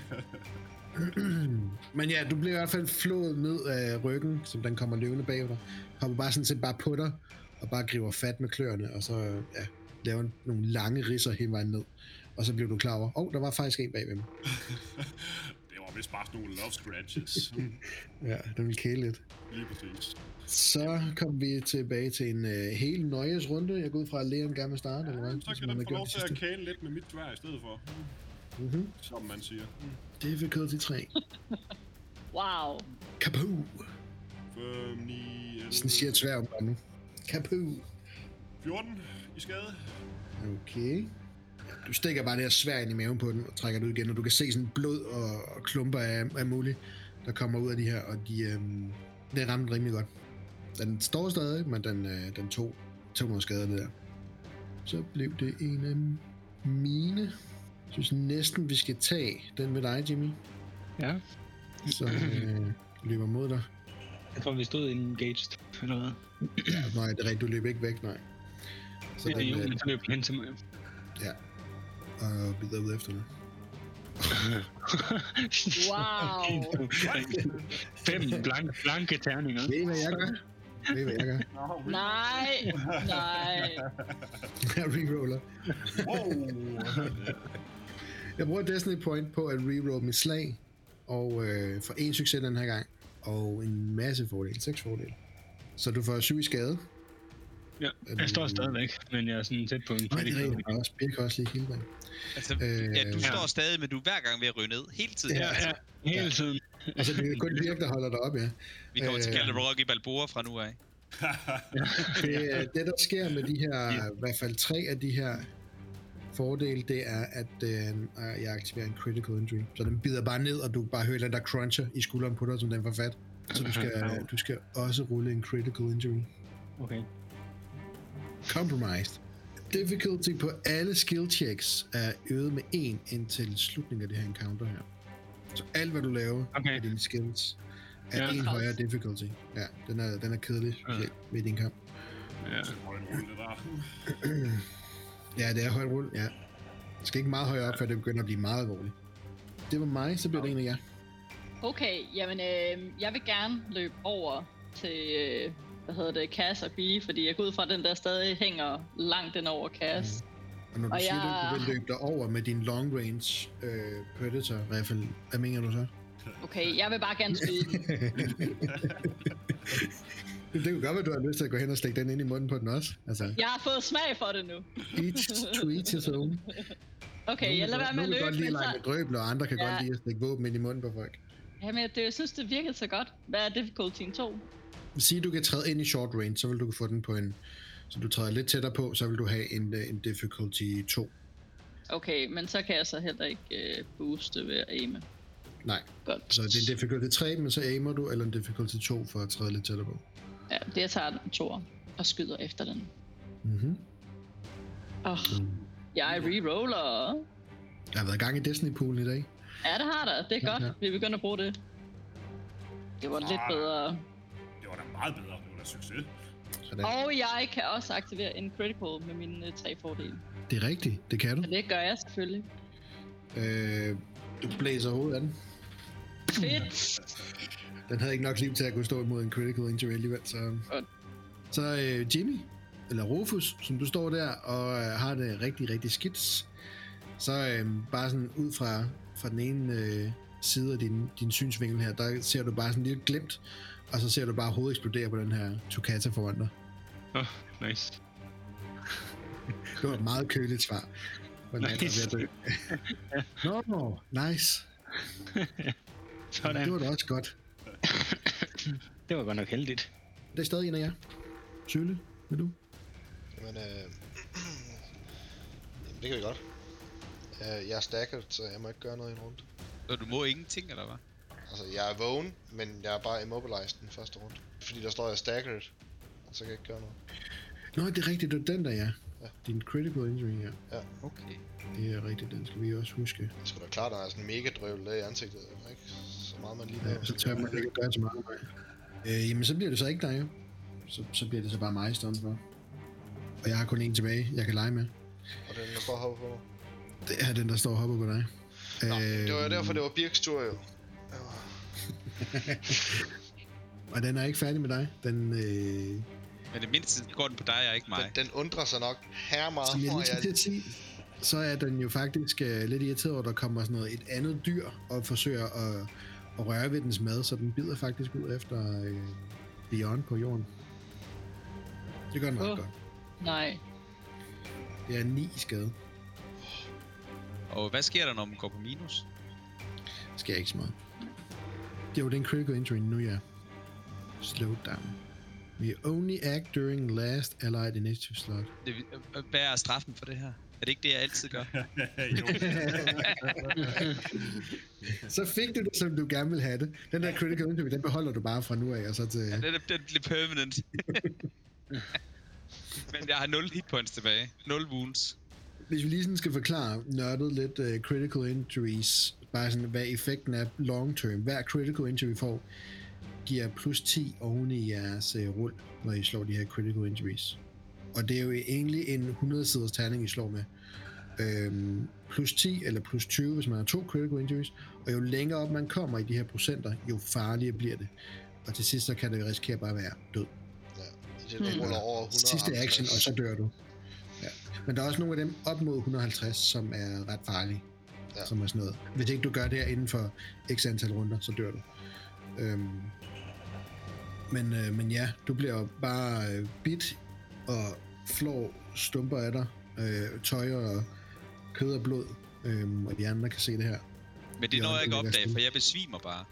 Men ja, du bliver i hvert fald flået ned af ryggen, som den kommer løvende bagud dig. Hopper bare sådan set bare på dig, og bare griber fat med kløerne, og så laver nogle lange ridser hele vejen ned. Og så bliver du klar over, der var faktisk en bagved mig. Det var vist bare sådan nogle love scratches. Ja, den vil kæle lidt. Lige præcis. Så kom vi tilbage til en helt nøjes runde. Jeg går ud fra, at Leon gerne vil starte, eller hvad? Så kan den få lov til at kæle lidt med mit dværg i stedet for. Som man siger. Difficulty 3. Wow. Kapoo! 5, 9, 11... Sådan siger et svær om dig nu. Kapoo! 14 i skade. Okay. Ja, du stikker bare det her svær ind i maven på den og trækker det ud igen, og du kan se sådan blod og klumper af muligt, der kommer ud af de her, og det ramte rimelig godt. Den står stadig, men den tog noget skade det der. Så blev det en af mine. Jeg synes næsten, vi skal tage den med dig, Jimmy. Ja. Så løber mod dig. Jeg tror, vi stod engaged, eller hvad? Ja, nej, det er rigtigt. Du løb ikke væk, nej. Så det er jo, men så løb hen til mig. Ja. Og bliver ud efter mig. Wow. 5 blanke terninger. Ved I, hvad jeg gør? Nej. Jeg reroller. Jeg bruger Destiny Point på at reroll mit slag, og for 1 succes den her gang, og en masse fordele, 6 fordele. Så du får 7 i skade. Ja, jeg står stadigvæk, men jeg er sådan tæt på en kritik. Jeg kan også lige hele dagen. Altså, du står stadig, men du er hver gang ved at ryge ned. Hele tiden. Ja, hele tiden. Altså, det er kun Birk, der holder dig op, ja. Vi kommer til at kalde det Rocky Balboa fra nu af. Det, der sker med de her, i hvert fald 3 af de her fordele, det er, at jeg aktiverer en critical injury. Så den bider bare ned, og du bare hører den der cruncher i skulderen på dig, som den får fat. Så du skal også rulle en critical injury. Okay. Compromised. Difficulty på alle skill checks er øget med 1 indtil slutningen af det her encounter her. Så alt, hvad du laver af dine skills, er en højere difficulty. Ja, den er kedelig ved din kamp. Ja. Ja, det er højt rull, ja. Det skal ikke meget højere op, før det begynder at blive meget alvorligt. Det var mig, så bliver det en af jer. Okay, jamen jeg vil gerne løbe over til, Cass og Bee, fordi jeg går ud fra, at den der stadig hænger langt ind over Cass. Og når du siger, at du vil løbe dig over med din long range predator rifle, hvad mener du så? Okay, jeg vil bare gerne skyde den. Det kunne godt være, du har lyst til at gå hen og stikke den ind i munden på den også. Altså. Jeg har fået smag for det nu. Each his own. Okay, jeg lader være med at løbe. Nogle kan godt lide at lege med drøbler, og andre kan godt lide at stikke våben ind i munden på folk. Jamen, jeg synes, det virkede så godt. Hvad er difficultyen 2? Sige, du kan træde ind i short range, så vil du kunne få den på en... Så du træder lidt tættere på, så vil du have en difficulty 2. Okay, men så kan jeg så heller ikke booste ved at aime. Nej. Godt. Så det er en difficulty 3, men så aimer du, eller en difficulty 2 for at træde lidt tættere på. Ja, det jeg tager den 2 og skyder efter den. Jeg reroller. Jeg har været i gang i Destiny-poolen i dag. Ja, det har der. Det er godt. Vi begynder at bruge det. Det var lidt bedre. Det var da meget bedre. Det var da succes. Sådan. Og jeg kan også aktivere en critical med mine 3 fordele. Det er rigtigt. Det kan du. Og det gør jeg selvfølgelig. Du blæser hovedet af den. Fedt! Den havde ikke nok liv til at kunne stå imod en critical injury alligevel, så... Så Jimmy, eller Rufus, som du står der og har det rigtig, rigtig skidt, så bare sådan ud fra den ene side af din synsvinkel her, der ser du bare sådan lidt glimt, og så ser du bare hovedet eksplodere på den her Tukata foran dig. Nice. Det var et meget køligt svar. Nice. No, nice. Sådan. Det var da også godt. Det var godt nok heldigt. Det er stadig en af jer. Sølle, vil du? Jamen, det kan vi godt. Jeg er stacket, så jeg må ikke gøre noget i en runde. Så du må ingenting, eller hvad? Altså, jeg er vågen, men jeg er bare immobilized den første runde. Fordi der står, jeg er stacket, og så kan jeg ikke gøre noget. Nå, det er rigtigt, det er den der, ja. Din critical injury, ja. Okay. Det er rigtigt, den skal vi også huske. Det skulle da klart, der er sådan en mega drøvel der i ansigtet, ikke? Så meget man lige laver. Ja, så tør man ikke gøre så meget med. Jamen, så bliver det så ikke dig, jo. Så bliver det så bare mig i stedet for. Og jeg har kun en tilbage, jeg kan lege med. Og den, der står og hopper på mig? Det er den, der står og hopper på dig. Nå, det var derfor, det var Birks tur, jo. Og den er ikke færdig med dig. Den... Men det mindste går den på dig, og ikke mig. Den undrer sig nok her meget. Som jeg lige skal til at sige, så er den jo faktisk lidt irriteret over, at der kommer sådan noget, et andet dyr og forsøger at røre ved dens mad, så den bider faktisk ud efter Beyond på jorden. Det gør den meget godt. Nej. Det er 9 i skade. Og hvad sker der, når man går på minus? Det sker ikke så meget. Det er jo den critical injury nu, ja. Slow down. We only act during last allied initiative slot. Hvad er straffen for det her? Er det ikke det, jeg altid gør? Så fik du det, som du gerne ville have det. Den der critical injury, den beholder du bare fra nu af, og så til... Ja, den bliver permanent. Men jeg har 0 hitpoints tilbage. 0 wounds. Hvis vi lige sådan skal forklare nørdet lidt critical injuries, bare sådan, hvad effekten er long term. Hver critical injury vi får, giver plus 10 oven i jeres rull, når I slår de her critical injuries. Og det er jo egentlig en 100-siders terning, I slår med. Plus 10 eller plus 20, hvis man har 2 critical injuries. Og jo længere op man kommer i de her procenter, jo farligere bliver det. Og til sidst så kan det risikere bare at være død. Ja, det ruller over 150. Sidste action, og så dør du. Ja. Men der er også nogle af dem op mod 150, som er ret farlige. Ja. Som er sådan noget. Hvis ikke du gør det her inden for x antal runder, så dør du. Men ja, du bliver bare bit og flår stumper af dig, tøj og kød og blod, og de andre kan se det her. Men det er noget, jeg ikke opdage, for jeg besvimer bare.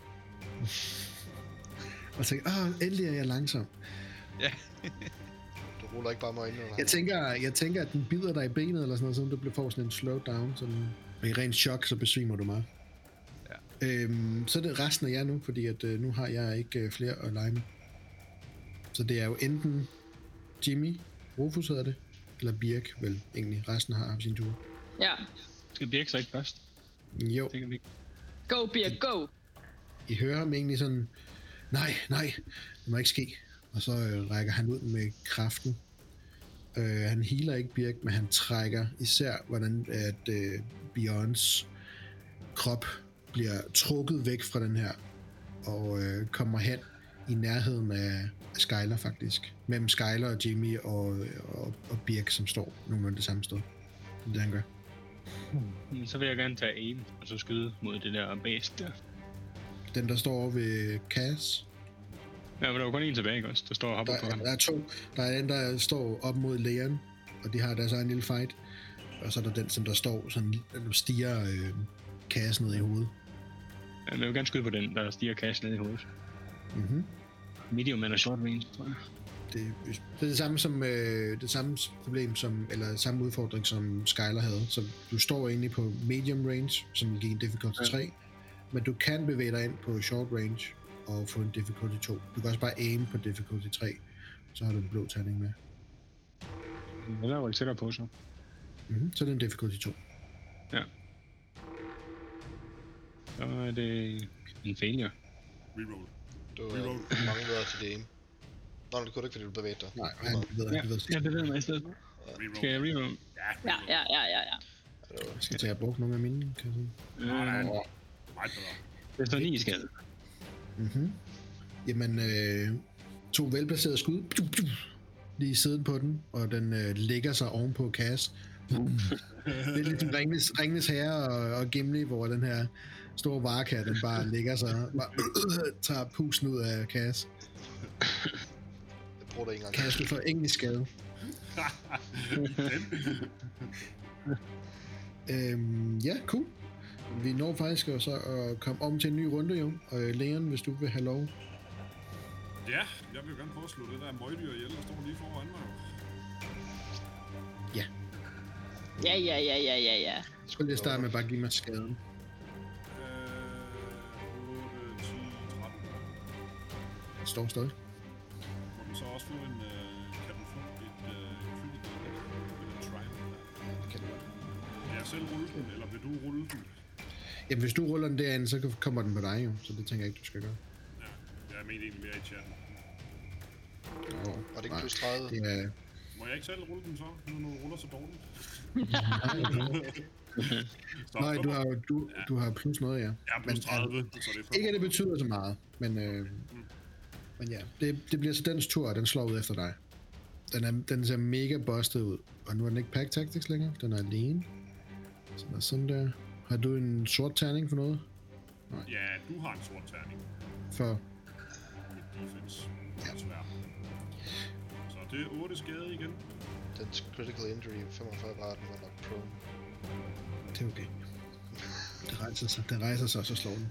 Og tænker, endelig er jeg langsom. Ja. Du ruller ikke bare mig ind. Jeg tænker, at den bider dig i benet, eller sådan noget, så du får sådan en slowdown, sådan i ren chok, så besvimer du meget. Ja. Så er det resten af jer nu, fordi at nu har jeg ikke flere at lege med. Så det er jo enten Jimmy, Rufus hedder det, eller Birk vel egentlig. Resten har sin tur. Ja. Skal Birk så ikke først? Jo. Det kan vi. Go, Birk, go! I hører ham egentlig sådan, nej, det må ikke ske. Og så rækker han ud med kraften. Han healer ikke Birk, men han trækker især, hvordan at Bjørns krop bliver trukket væk fra den her, og kommer hen i nærheden af Skyler faktisk. Mellem Skyler og Jimmy og Birk, som står nogenlunde det samme sted. Det er det, han gør. Så vil jeg gerne tage aim, og så skyde mod det der base der. Den, der står over ved Cass. Ja, men der var kun en tilbage, ikke også? Der står og hopper på ham. Der er to. Der er en, der står op mod Leon, og de har deres egen lille fight. Og så er der den, som der står sådan, der stiger Cass ned i hovedet. Ja, men jeg vil gerne skyde på den, der stiger Cass ned i hovedet. Mhm. Medium eller short range, tror jeg. Det er det samme som det samme problem som, eller samme udfordring som Skyler havde. Så du står egentlig på medium range, som vil give en difficulty 3, men du kan bevæge dig ind på short range og få en difficulty 2. Du kan også bare aim på difficulty 3, så har du en blå terning med. Den er jo ikke tættere på, så. Så er det en difficulty 2. Ja. Så er det en failure. Reroll. Du mangler til det aim. Nå, det kunne du ikke, fordi du bevægte dig. Nej, han ved Ja, det ved mig i stedet. Skal jeg reroll? Ja. Jeg skal til at bruge nogle af mine, kan jeg sige. Meget bedre. Det står 9 i skade. Jamen, 2 velplacerede skud. Lige i siden på den, og den lægger sig ovenpå Cass. Det er ligesom Ringenes Herre og Gimli, hvor den her store varka, den bare lægger sig og bare tager pusten ud af Cass. Jeg bruger det ikke engang. Cass, du får ingen skade. Ja, cool. Vi når faktisk så at komme om til en ny runde, jo. Og Leon, hvis du vil have lov. Ja, jeg vil jo gerne prøve at slå det der møgdyr ihjel, der står lige foran mig. Ja. Ja. Så vil jeg starte med bare at give mig skaden. 8, 10, 13. Det står stadig. Må den så også få en... kan den få et critical eller en triumph? Det kan det godt. Vil jeg selv rulle den, eller vil du rulle den? Jamen, hvis du ruller den derinde, så kommer den på dig jo. Så det tænker jeg ikke, du skal gøre. Ja, jeg mener egentlig mere i chatten. Var det ikke plus 30? Det er... Må jeg ikke selv rulle den så, når du ruller så dårligt? Nej, du har plus noget, ja. Ja, plus 30, så det er for... Ikke at det betyder så meget, men ja, det bliver så dens tur, og den slår ud efter dig. Den ser mega busted ud, og nu er den ikke Pack Tactics længere, den er alene. Så der er sådan der. Har du en sort terning for noget? Nej. Ja, du har en sort terning. For? Mit defense. Ja. Desværre. Så det er 8 skade igen. Dens critical injury 45 grader, den var nok prone. Det er okay. Den rejser sig, så slår den.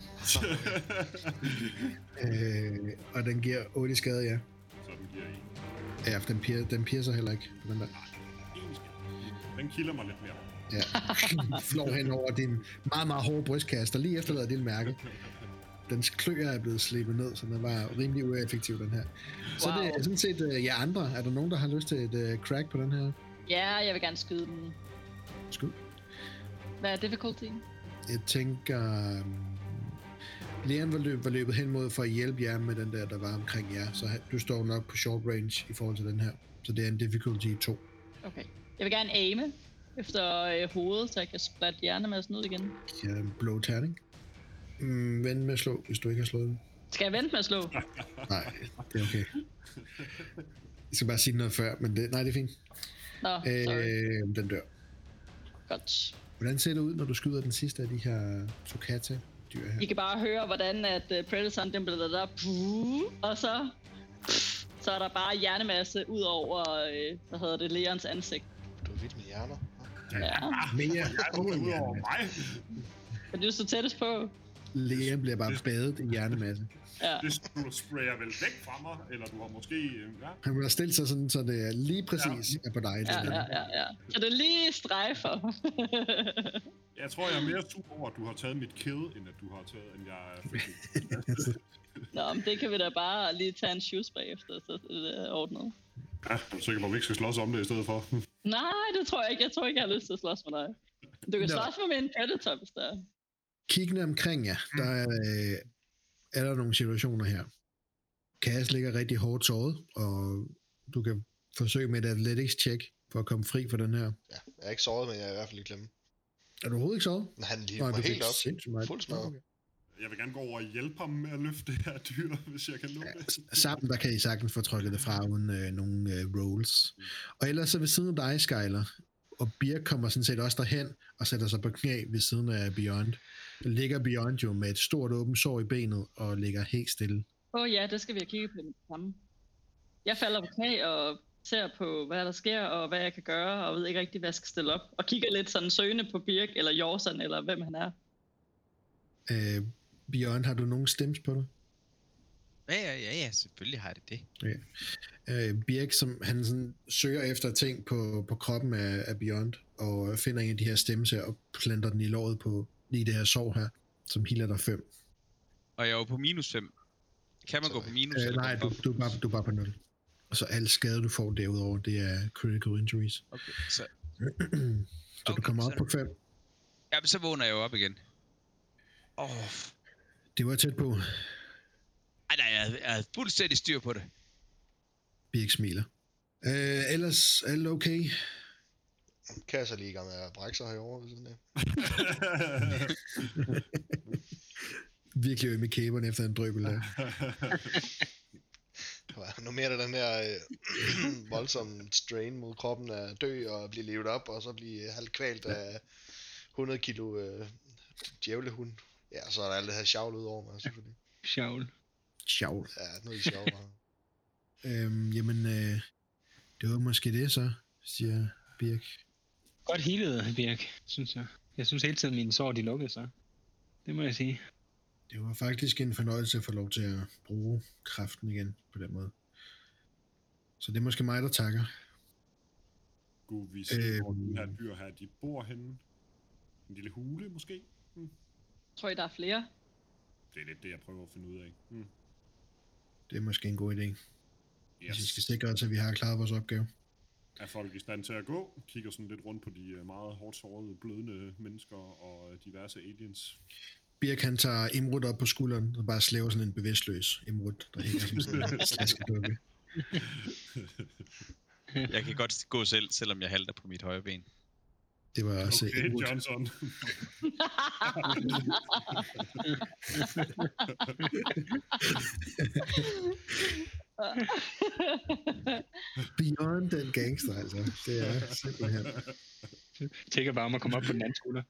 Og den giver 8 skade, ja. Så den giver 1. Ja, den piercer heller ikke på den der. Nej, 1 skade. Den kilder mig lidt mere. Ja, flår hen over din meget, meget hårde brystkasse, der lige efterlader et lille mærke. Dens kløer er blevet slippet ned, så den var rimelig ueffektiv, den her. Så det er sådan set jer andre. Er der nogen, der har lyst til et crack på den her? Ja, jeg vil gerne skyde den. Skud. Hvad er difficultyen? Jeg tænker... Leon var løbet hen mod for at hjælpe jer med den der var omkring jer, så du står nok på short range i forhold til den her. Så det er en difficulty 2. Okay. Jeg vil gerne aime efter hovedet, så jeg kan splatte hjernemassen ud igen. Ja, en blå terning. Vend med at slå, hvis du ikke har slået den. Skal jeg vente med at slå? Nej, det er okay. Jeg skal bare sige noget før, men det er fint. Nå, sorry. Den dør. Godt. Hvordan ser det ud, når du skyder den sidste af de her Sokata-dyr her? I kan bare høre, hvordan at Predatoren den bliver der, og så er der bare hjernemasse ud over, Leons ansigt. Du er vild med hjerner. Ja. Mere ud over mig. Er du så tættest på? Leon bliver bare badet i hjernemasse. Ja. Du sprayer vel væk fra mig, eller du har måske... Ja. Han vil have stillet sig sådan, så det er lige præcis er på dig. Ja. Så det er lige strejfer. Jeg tror, jeg er mere sur over, at du har taget mit kill, end at du har taget, end jeg fik. Nå, men det kan vi da bare lige tage en shoespray efter, så det er ordnet. Ja, jeg er sikker på, at vi ikke skal slås om det i stedet for. Nej, det tror jeg ikke. Jeg tror ikke, jeg har lyst til at slås med dig. Du kan slås med min Predator, hvis der er. Kiggende omkring jer, der er der nogle situationer her. Cass ligger rigtig hårdt såret, og du kan forsøge med et athletics check for at komme fri for den her. Ja, jeg er ikke såret, men jeg er i hvert fald i klemme. Er du overhovedet ikke såret? Han lige var helt op. Fuldt smadret. Okay. Jeg vil gerne gå over og hjælpe ham med at løfte det her dyr, hvis jeg kan nå det. Sammen der kan I sagtens få trykket det fra uden nogle rolls. Og ellers så ved siden af dig, Skyler, og Birk kommer sådan set også derhen og sætter sig på knæ ved siden af Beyond. Der ligger Beyond jo med et stort åbent sår i benet og ligger helt stille. Ja, det skal vi have kigget på med det samme. Jeg falder på knæ og ser på, hvad der sker, og hvad jeg kan gøre, og ved ikke rigtig, hvad jeg skal stille op. Og kigger lidt sådan søgende på Birk, eller Jorsan, eller hvem han er. Beyond, har du nogen stems på dig? Ja, selvfølgelig har det. Ja. Birk, som han sådan søger efter ting på kroppen af Beyond, og finder en af de her stems her, og planter den i låret på lige det her sår her, som healer dig 5. Og jeg er jo på -5. Kan man gå på minus? Nej, du er bare på 0. Og så alle skader, du får derudover, det er critical injuries. Okay, så... så du kommer op på 5. Ja, så vågner jeg jo op igen. Det var tæt på. Nej, jeg er fuldstændig styr på det. Birk smiler. Ellers er alle okay? Kan jeg så lige i gang med at brække sig herovre ved sådan det? Virkelig med kæberne efter en drøbel der. Nu mere den her voldsomme strain mod kroppen at dø og blive levet op, og så blive halvt kvalt af 100 kilo djævlehund. Ja, så er der alt det her sjavl ud over mig, selvfølgelig. Sjavl. Ja, noget i sjavl. Jamen, det var måske det så, siger Birk. Godt healet, Birk, synes jeg. Jeg synes hele tiden, mine sår, de lukkede sig. Det må jeg sige. Det var faktisk en fornøjelse at få lov til at bruge kraften igen på den måde. Så det er måske mig, der takker. Skulle vi se, hvor de her dyr her, de bor henne? En lille hule, måske? Tror I, der er flere? Det er lidt det, jeg prøver at finde ud af. Det er måske en god idé. Yes. Hvis vi skal sikre os, at vi har klaret vores opgave. Er folk i stand til at gå? Kigger sådan lidt rundt på de meget hårdt sårede, blødende mennesker og diverse aliens. Birk, han tager Imrud op på skulderen og bare slæver sådan en bevidstløs Imrud, der hænger som sådan en slaskedukke. Jeg kan godt gå selv, selvom jeg halter på mit højre ben. Det var også okay, Imrud. Johnson. Beyond den gangster, altså. Det er simpelthen. Tænker bare om at komme op på den anden skulder.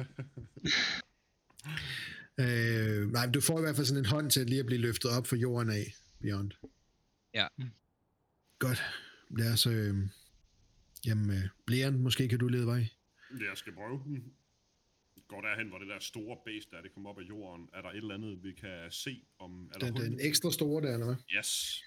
Nej, men du får i hvert fald sådan en hånd til lige at blive løftet op for jorden af, Beyond. Ja. Godt. Lad os... Leon, måske kan du lede vej. Jeg skal prøve. Går derhen, hvor det der store base der, det kommer op af jorden. Er der et eller andet, vi kan se om... Er der den ekstra store der, eller hvad? Yes.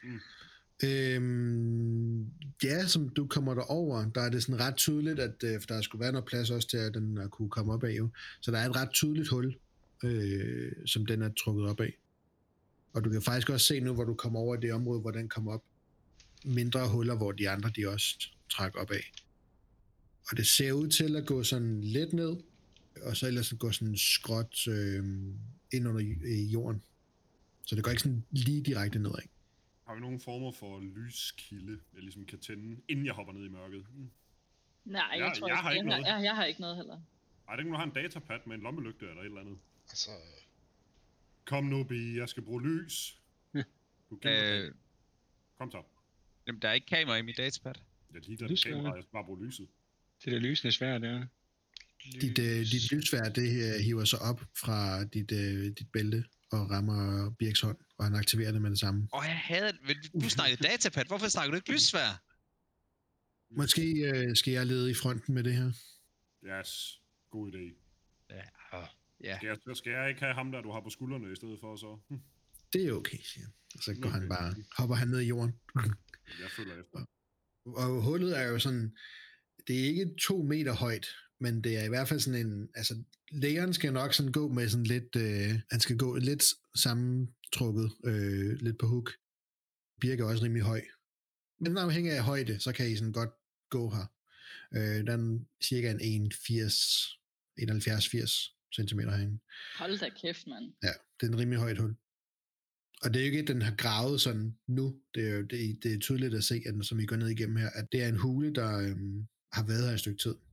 Ja, som du kommer derover, der er det sådan ret tydeligt, at for der skulle være noget plads også til, at den kunne komme op af jo. Så der er et ret tydeligt hul, som den er trukket op af. Og du kan faktisk også se nu, hvor du kommer over i det område, hvor den kommer op. Mindre huller, hvor de andre, de også trækker op af. Og det ser ud til at gå sådan lidt ned, og så ellers gå sådan skråt ind under jorden. Så det går ikke sådan lige direkte nedad. Har vi nogen former for lyskilde, jeg ligesom kan tænde, inden jeg hopper ned i mørket? Nej, jeg tror jeg har ikke noget. Jeg har ikke noget heller. Ej, det kan du have en datapad med en lommelygte eller et eller andet. Altså... Kom nu, Bi, jeg skal bruge lys. Du kom så. Jamen, der er ikke kamera i mit datapad. Jeg ligeglad med kamera, jeg skal bare bruge lyset. Det der lysende svær der. Dit lysvær, det hiver sig op fra dit bælte og rammer Birks hånd, og han aktiverer det med det samme. Jeg havde... Du snakkede datapad, hvorfor snakker du ikke lysvær? Måske skal jeg lede i fronten med det her. Yes, god idé. Ja. Skal jeg ikke have ham der, du har på skuldrene i stedet for så? Det er okay, siger han. Og så går han bare, hopper han ned i jorden. Jeg følger efter. Og hullet er jo sådan, det er ikke 2 meter højt, men det er i hvert fald sådan en, altså lægeren skal nok sådan gå med sådan lidt, han skal gå lidt sammentrukket, lidt på hook. Birk er også rimelig høj. Men afhængig af højde, så kan I sådan godt gå her. Den er cirka en 71-80 centimeter herinde. Hold da kæft, mand. Ja, det er en rimelig højt hul. Og det er jo ikke, at den har gravet sådan nu. Det er jo det er tydeligt at se, at som I går ned igennem her, at det er en hule, der har været her et stykke tid.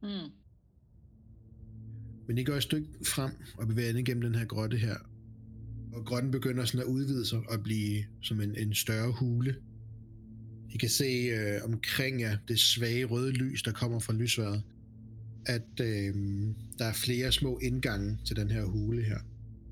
Men I går et stykke frem og bevæger ind igennem den her grotte her. Og grotten begynder sådan at udvide sig og blive som en større hule. I kan se omkring jer det svage røde lys, der kommer fra lysværet, at der er flere små indgange til den her hule her.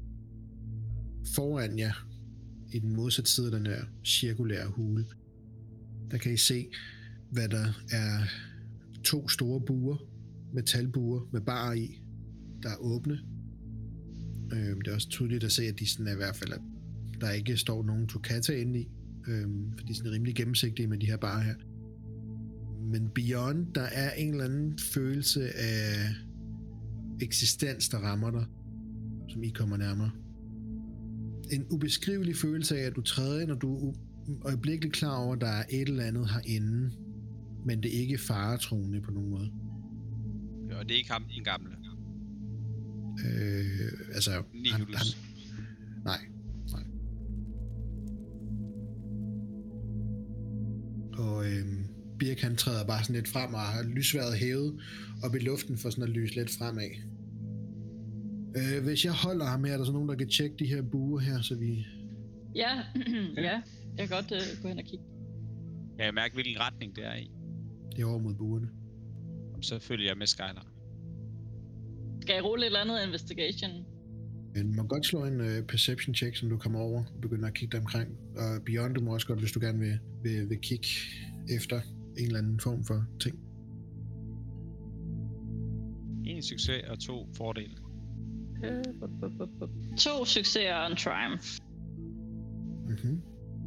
Foran jer, i den modsatte side af den her cirkulære hule, der kan I se, hvad der er 2 store buer, metalbuer med barer i, der er åbne. Det er også tydeligt at se, at de sådan er i hvert fald, at der ikke står nogen Tokata inde i, for de er sådan rimelig gennemsigtige med de her barer her. Men beyond, der er en eller anden følelse af eksistens, der rammer dig, som I kommer nærmere. En ubeskrivelig følelse af, at du træder ind, og du er øjeblikkeligt klar over, at der er et eller andet herinde, men det er ikke faretruende på nogen måde. Og det er ikke ham, den gamle. Altså... Nihilus. Nej. Og Birk, han træder bare sådan lidt frem og har lysværet hævet op i luften for sådan at lyse lidt fremad. Hvis jeg holder ham her, er der så nogen, der kan tjekke de her buer her, så vi... Ja, ja. Jeg kan godt gå hen og kigge. Kan jeg mærke, hvilken retning det er i? Det er over mod buerne. Så følger jeg med Skylar. Skal jeg rulle et eller andet investigation? Men må godt slå en perception check, som du kommer over og begynder at kigge dig omkring. Og beyond, du må også godt, hvis du gerne vil kigge efter en eller anden form for ting. 1 succes og 2 fordele. 2 succeser og en triumph. Mm-hmm.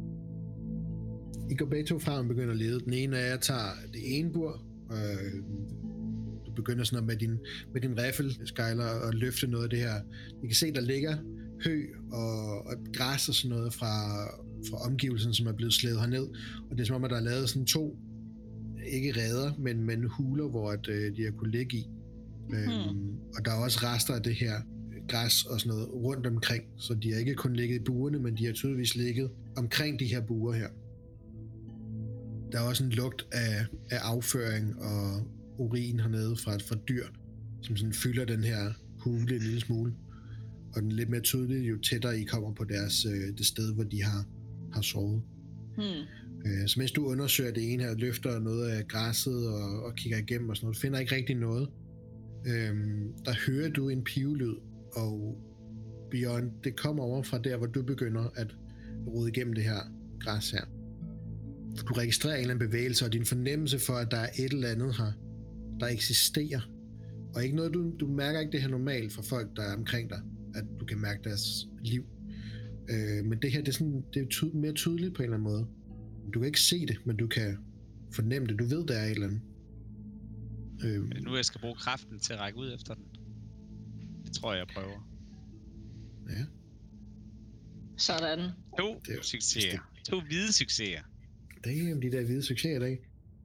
I går begge to frem og begynder at lede. Den ene af jer tager det ene bur, og du begynder sådan med din riffel, Skylar, og løfte noget af det her. I kan se, der ligger hø og græs og sådan noget fra omgivelsen, som er blevet slædet herned. Og det er som om, at der er lavet sådan 2, ikke reder, men huler, hvor de har kunne ligge i. Og der er også rester af det her græs og sådan noget rundt omkring, så de har ikke kun ligget i buerne, men de har tydeligvis ligget omkring de her buer her. Der er også en lugt af afføring og urin hernede fra dyr, som sådan fylder den her hule en lille smule. Og den er lidt mere tydelig, jo tættere I kommer på det sted, hvor de har sovet. Så mens du undersøger det ene her, løfter noget af græsset og kigger igennem og sådan noget, du finder ikke rigtig noget. Der hører du en pivelyd, og beyond, det kommer over fra der, hvor du begynder at rode igennem det her græs her. Du registrerer en eller anden bevægelse, og din fornemmelse for, at der er et eller andet her, der eksisterer. Og ikke noget, du mærker ikke det her normalt for folk, der er omkring dig, at du kan mærke deres liv. Men det her, det er mere tydeligt på en eller anden måde. Du kan ikke se det, men du kan fornemme det. Du ved, der er et eller andet. Nu jeg skal bruge kraften til at række ud efter den. Det tror jeg prøver. Ja. Sådan. 2 succeser. 2 hvide succeser. Det er de der hvide succeser i dag.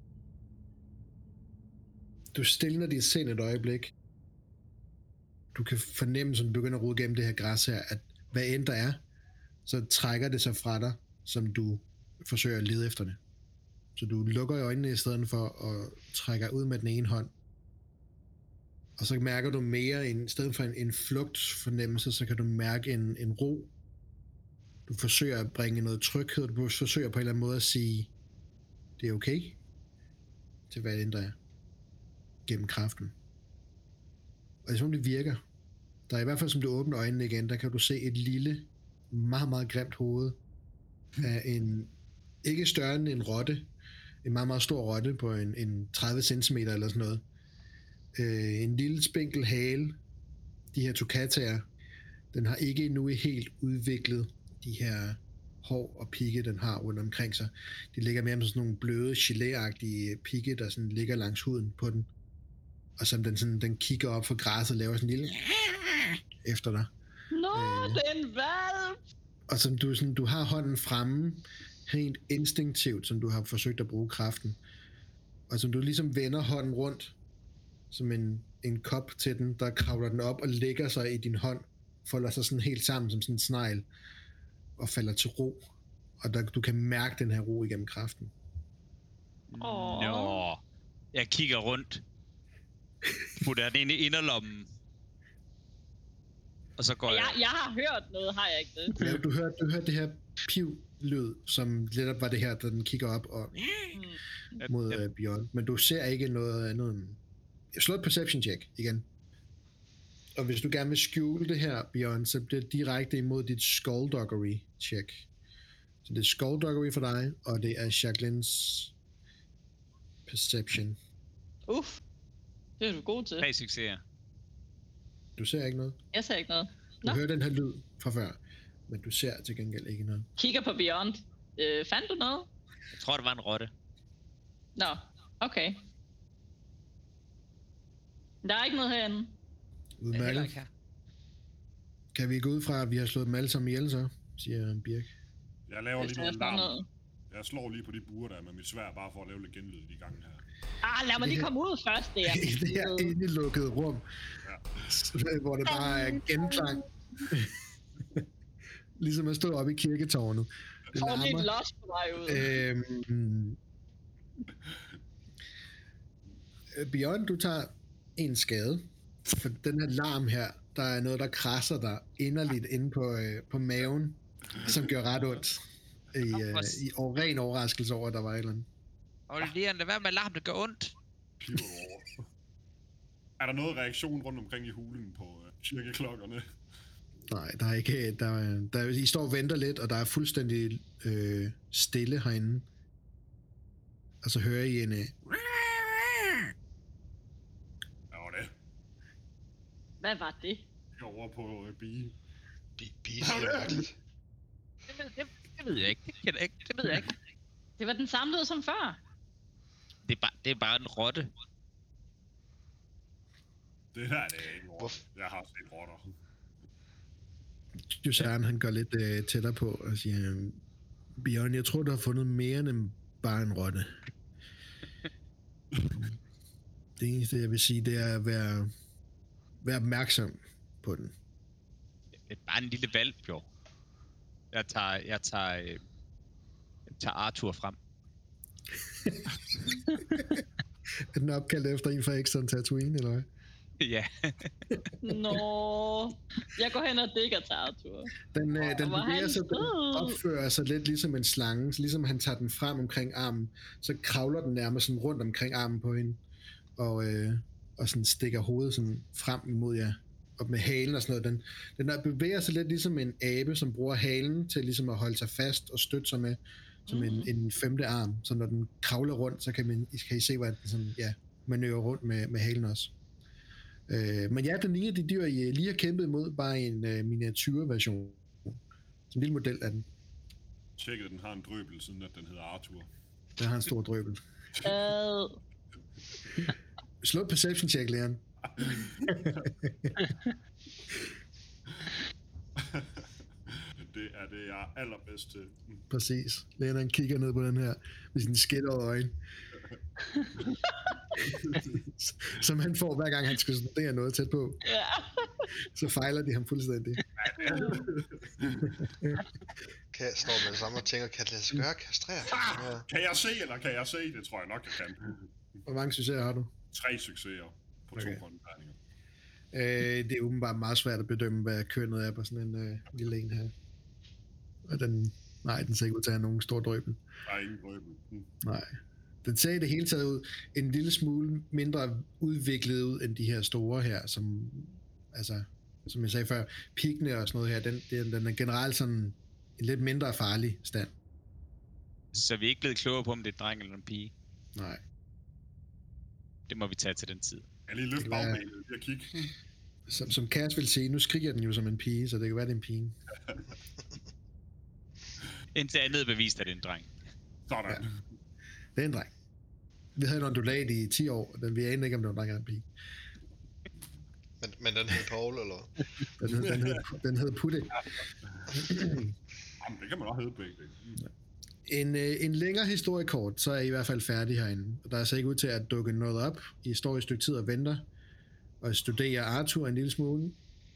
Du stilner dit sind et øjeblik. Du kan fornemme, som du begynder at rode gennem det her græs her, at hvad end der er, så trækker det sig fra dig, som du forsøger at lede efter det. Så du lukker øjnene i stedet for og trækker ud med den ene hånd. Og så mærker du mere, i stedet for en flugtfornemmelse, så kan du mærke en ro. Du forsøger at bringe noget tryghed, du forsøger på en eller anden måde at sige, det er okay, til hvad end der er, gennem kraften. Og det er som det virker. Der er i hvert fald, som du åbner øjnene igen, der kan du se et lille, meget, meget grimt hoved af en, ikke større end en rotte, en meget, meget stor rotte på en 30 cm eller sådan noget. En lille spinkel hale. De her tokataer, den har ikke endnu helt udviklet de her hår og pigge, den har rundt omkring sig. De ligger mere som sådan nogle bløde, gelé-agtige pigge, der sådan ligger langs huden på den. Og som den kigger op fra græsset og laver sådan en lille efter dig. Det er en valp! Og som du har hånden fremme, helt instinktivt, som du har forsøgt at bruge kraften. Og som du ligesom vender hånden rundt, som en en kop til den, der kravler den op og lægger sig i din hånd, folder sig sådan helt sammen som sådan en snegl, og falder til ro. Og du kan mærke den her ro igennem kraften. Nå. Jeg kigger rundt. Putter den ind i inderlommen. Og så går jeg... Jeg har hørt noget, har jeg ikke det? Ja, du hørte det her piv-lyd, som netop var det her, da den kigger op og mod Beyond. Men du ser ikke noget andet end... Slå et perception check igen. Og hvis du gerne vil skjule det her, Beyond, så bliver det direkte imod dit skullduggery check. Så det er skullduggery for dig, og det er Jacquelines perception. Det er du god til. 3 succeser. Du ser ikke noget? Jeg ser ikke noget. Du hører den her lyd fra før, men du ser til gengæld ikke noget. Kigger på Beyond. Fandt du noget? Jeg tror, det var en rotte. Nå, okay. Der er ikke noget herinde. Udmærket. Kan vi gå ud fra, at vi har slået dem alle sammen ihjel, så? Siger Birk. Jeg laver lige noget larm. Jeg slår lige på de buer der med mit sværd, bare for at lave lidt genlyd i gangen her. Lad mig lige komme ud først, det er. I det her indelukkede rum, hvor det bare er genklang. Ligesom at stå oppe i kirketårnet. Det larmer. Lidt lost på vej ud. Beyond, du tager en skade. For den her larm her, der er noget, der krasser dig inderligt inde på maven, som gør ret ondt. I ren overraskelse over, at der var et eller andet. Og Leon, lad være med larm, det gør ondt. Er der noget reaktion rundt omkring i hulen på kirkeklokkerne? Nej, der er ikke. I står og venter lidt, og der er fuldstændig stille herinde. Og så hører I en... Hvad var det? Over på Bie. Bie siger mærkeligt. Det ved jeg ikke. Det ved jeg ikke. Det var den samme lyd som før. Det er bare en rotte. Det der er det ikke rotte. Jeg har set rotter. Josern, han går lidt tættere på og siger, Bjørn, jeg tror, du har fundet mere end bare en rotte. Det eneste, jeg vil sige, det er at være opmærksom på den. Det er bare en lille valp, jo. Jeg tager Arthur frem. Er den opkaldt efter en fra Exxon Tatooine, eller hvad? Ja. Nå, jeg går hen og dækker til Arthur. Den bevæger sig, den opfører sig lidt ligesom en slange, så ligesom han tager den frem omkring armen, så kravler den nærmest sådan rundt omkring armen på hende, og sådan stikker hovedet sådan frem imod jer, og med halen og sådan noget. Den der bevæger sig lidt ligesom en abe, som bruger halen til ligesom at holde sig fast og støtte sig med, som en femte arm. Så når den kravler rundt, så kan I se, hvordan den sådan, manøvrer rundt med halen også. Men ja, den ligner de dyr, I lige har kæmpet imod, bare en miniatyrversion. En lille model af den. Tjekket, den har en drøbel, siden at den hedder Arthur. Den har en stor drøbel. Slå et perception check, Leon. Det er det, jeg er allerbedst til. Præcis. Leon kigger ned på den her med sine skældrede øjne. Som han får, hver gang han skal studere noget tæt på. Ja. Så fejler de ham fuldstændig. Kan jeg stå med det samme og tænker, kan det lade sig gøre kastrere? Kan jeg se, eller kan jeg se? Det tror jeg nok, jeg kan. Hvor mange succeser har du? 3 succeser på 2 håndterninger. Det er åbenbart meget svært at bedømme, hvad kønnet er på sådan en lille en her. Og den ser ikke ud til at have nogen stor drøbel. Der er ingen drøbel. Nej. Den ser det hele taget ud en lille smule mindre udviklet ud end de her store her, som jeg sagde før, piggene og sådan noget her, den er generelt sådan en lidt mindre farlig stand. Så vi er ikke blevet klogere på, om det er en dreng eller en pige? Nej. Det må vi tage til den tid. Jeg lige løfte bagbenet lige at kigge. Som Cass vil sige, nu skriger den jo som en pige, så det kan være, det er en pige. Indtil andet bevist, at det er en dreng. Sådan. Ja. Det er en dreng. Vi havde en ondulat i 10 år, og vi anede ikke, om det var en dreng eller en pige. Men den hed Paul, eller? Den hed Putte. Jamen, det kan man også hedde begge. En længere historiekort, så er I hvert fald færdige herinde. Der er så ikke ud til at dukke noget op. I står i et stykke tid og venter. og studerer Arthur en lille smule.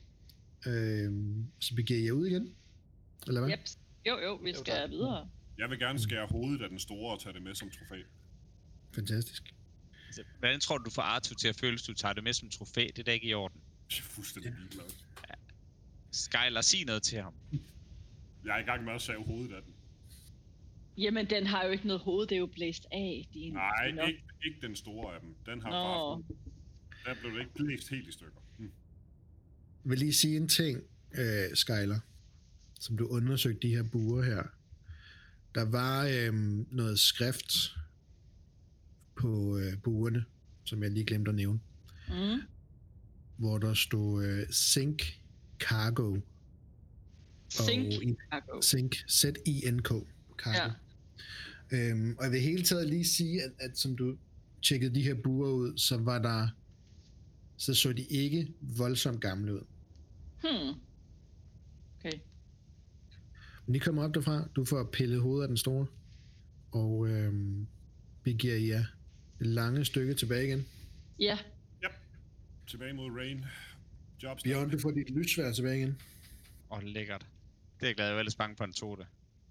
Så begiver jeg ud igen, eller hvad? Yep. Jo, vi skal videre. Jeg vil gerne skære hovedet af den store og tage det med som trofæ. Fantastisk. Hvordan tror du får Arthur til at føle, at du tager det med som trofæ? Det er da ikke i orden. Jeg er fuldstændig ligeglad. Skyler, sig noget til ham. Jeg er i gang med at save hovedet af den. Jamen, den har jo ikke noget hoved, det er jo blæst af. Nej, ikke den store af dem. Den har bare... Der blev det ikke blæst helt i stykker. Jeg vil lige sige en ting, Skyler, som du undersøgte de her buer her. Der var noget skrift på buerne, som jeg lige glemte at nævne. Hvor der stod Sink Cargo. Sink Cargo. Sink, Z-I-N-K. Cargo. Ja. Og jeg vil hele taget lige sige, at som du tjekkede de her buer ud, så de ikke voldsomt gamle ud. Okay. Men I kommer op derfra, du får pillet hovedet af den store, og begiver jer det lange stykke tilbage igen. Ja. Yep. Tilbage mod Rain. Bjørn, du får dit lyssvær tilbage igen. Lækkert. Det er jeg glad, jeg er ellers bange for, en tog det.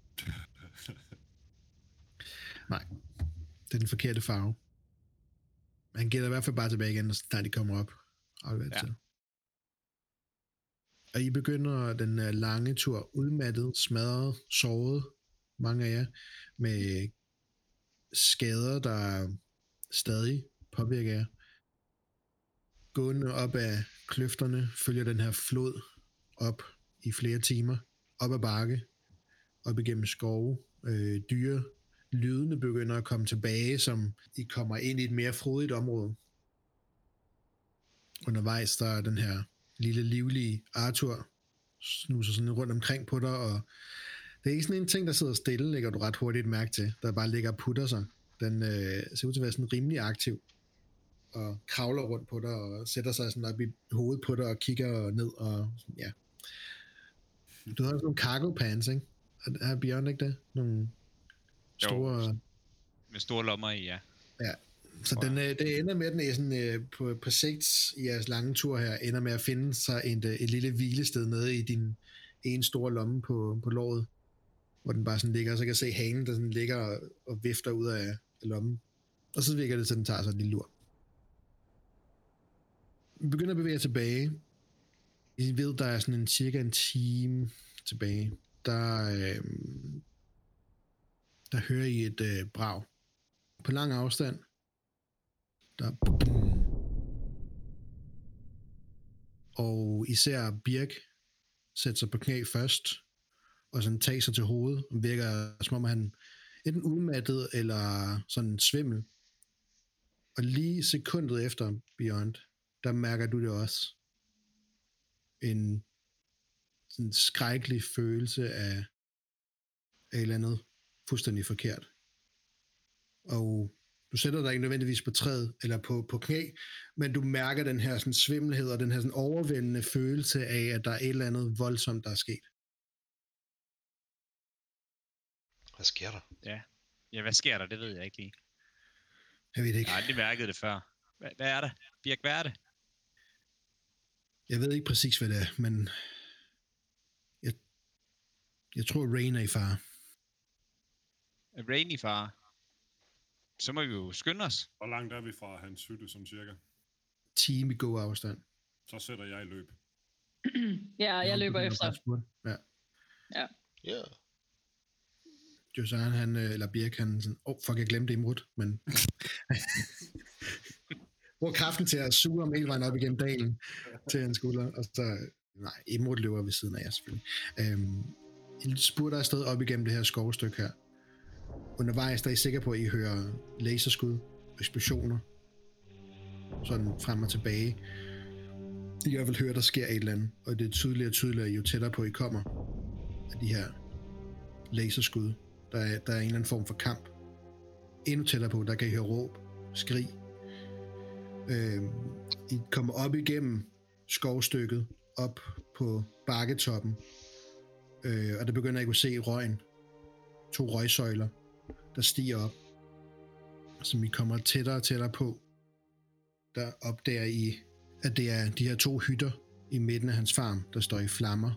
Nej, det er den forkerte farve. Han gælder i hvert fald bare tilbage igen, når de kommer op. Og I begynder den lange tur udmattet, smadret, såret, mange af jer, med skader, der stadig påvirker jer. Gående op ad kløfterne, følger den her flod op i flere timer, op ad bakke, op igennem skove, dyre. Lydene begynder at komme tilbage, som I kommer ind i et mere frodigt område. Undervejs der er den her lille livlige Arthur, snuser sådan rundt omkring på dig, og det er ikke sådan en ting, der sidder stille, lægger du ret hurtigt mærke til, der bare ligger og putter sig. Den ser ud til at være sådan rimelig aktiv, og kravler rundt på dig, og sætter sig sådan op i hovedet på dig, og kigger ned, og sådan, ja. Du har sådan nogle cargo pants, ikke? Har Bjørn ikke det? Nogle store... Med store lommer i, ja. Ja, så det ender med, at den er sådan, på sigt i jeres lange tur her, ender med at finde sig et lille hvilested nede i din ene store lomme på låret, hvor den bare sådan ligger, og så kan jeg se hanen, der sådan ligger og vifter ud af lommen. Og så virker det, så den tager sig et lille lur. Vi begynder at bevæge tilbage. I ved, der er sådan cirka en time tilbage. Der hører I et brag. På lang afstand. Og især Birk sætter sig på knæ først, og sådan tager sig til hovedet, og virker som om han enten udmattet, eller sådan svimmel. Og lige sekundet efter Beyond, der mærker du det også. En sådan skrækkelig følelse af et eller andet fuldstændig forkert. Og du sætter dig ikke nødvendigvis på træet eller på knæ, men du mærker den her sådan svimmelhed og den her sådan overvældende følelse af, at der er et eller andet voldsomt, der er sket. Hvad sker der? Ja, hvad sker der? Det ved jeg ikke lige. Jeg ved det ikke. Jeg har aldrig mærket det før. Hvad er det? Birk, hvad er det? Jeg ved ikke præcis, hvad det er, men jeg tror, Rain er i fare. Er Rain i fare? Så må vi jo skynde os. Hvor langt er vi fra hans hytte, som cirka? Time i god afstand. Så sætter jeg i løb. Ja, jeg løber efter. Ja. Ja. Josan, eller Birk, han sådan, fuck, jeg glemte Imrud, men... Hvor kraften til at suge om hele vejen op igennem dalen til hans skulder, og så... Nej, Imrud løber ved siden af jer, selvfølgelig. I spurter afsted op igennem det her skovstykke her. Undervejs der er I sikker på, at I hører laserskud, eksplosioner, sådan frem og tilbage. I kan i hvert fald høre, at der sker et eller andet, og det er tydeligere og tydeligere, jo tættere på I kommer af de her laserskud. Der er en eller anden form for kamp. Endnu tættere på, der kan I høre råb, skrig. I kommer op igennem skovstykket, op på bakketoppen, og der begynder I kunne se røgen. 2 røgsøjler, der stiger op, som I kommer tættere og tættere på. Der opdager I, at det er de her 2 hytter i midten af hans farm, der står i flammer.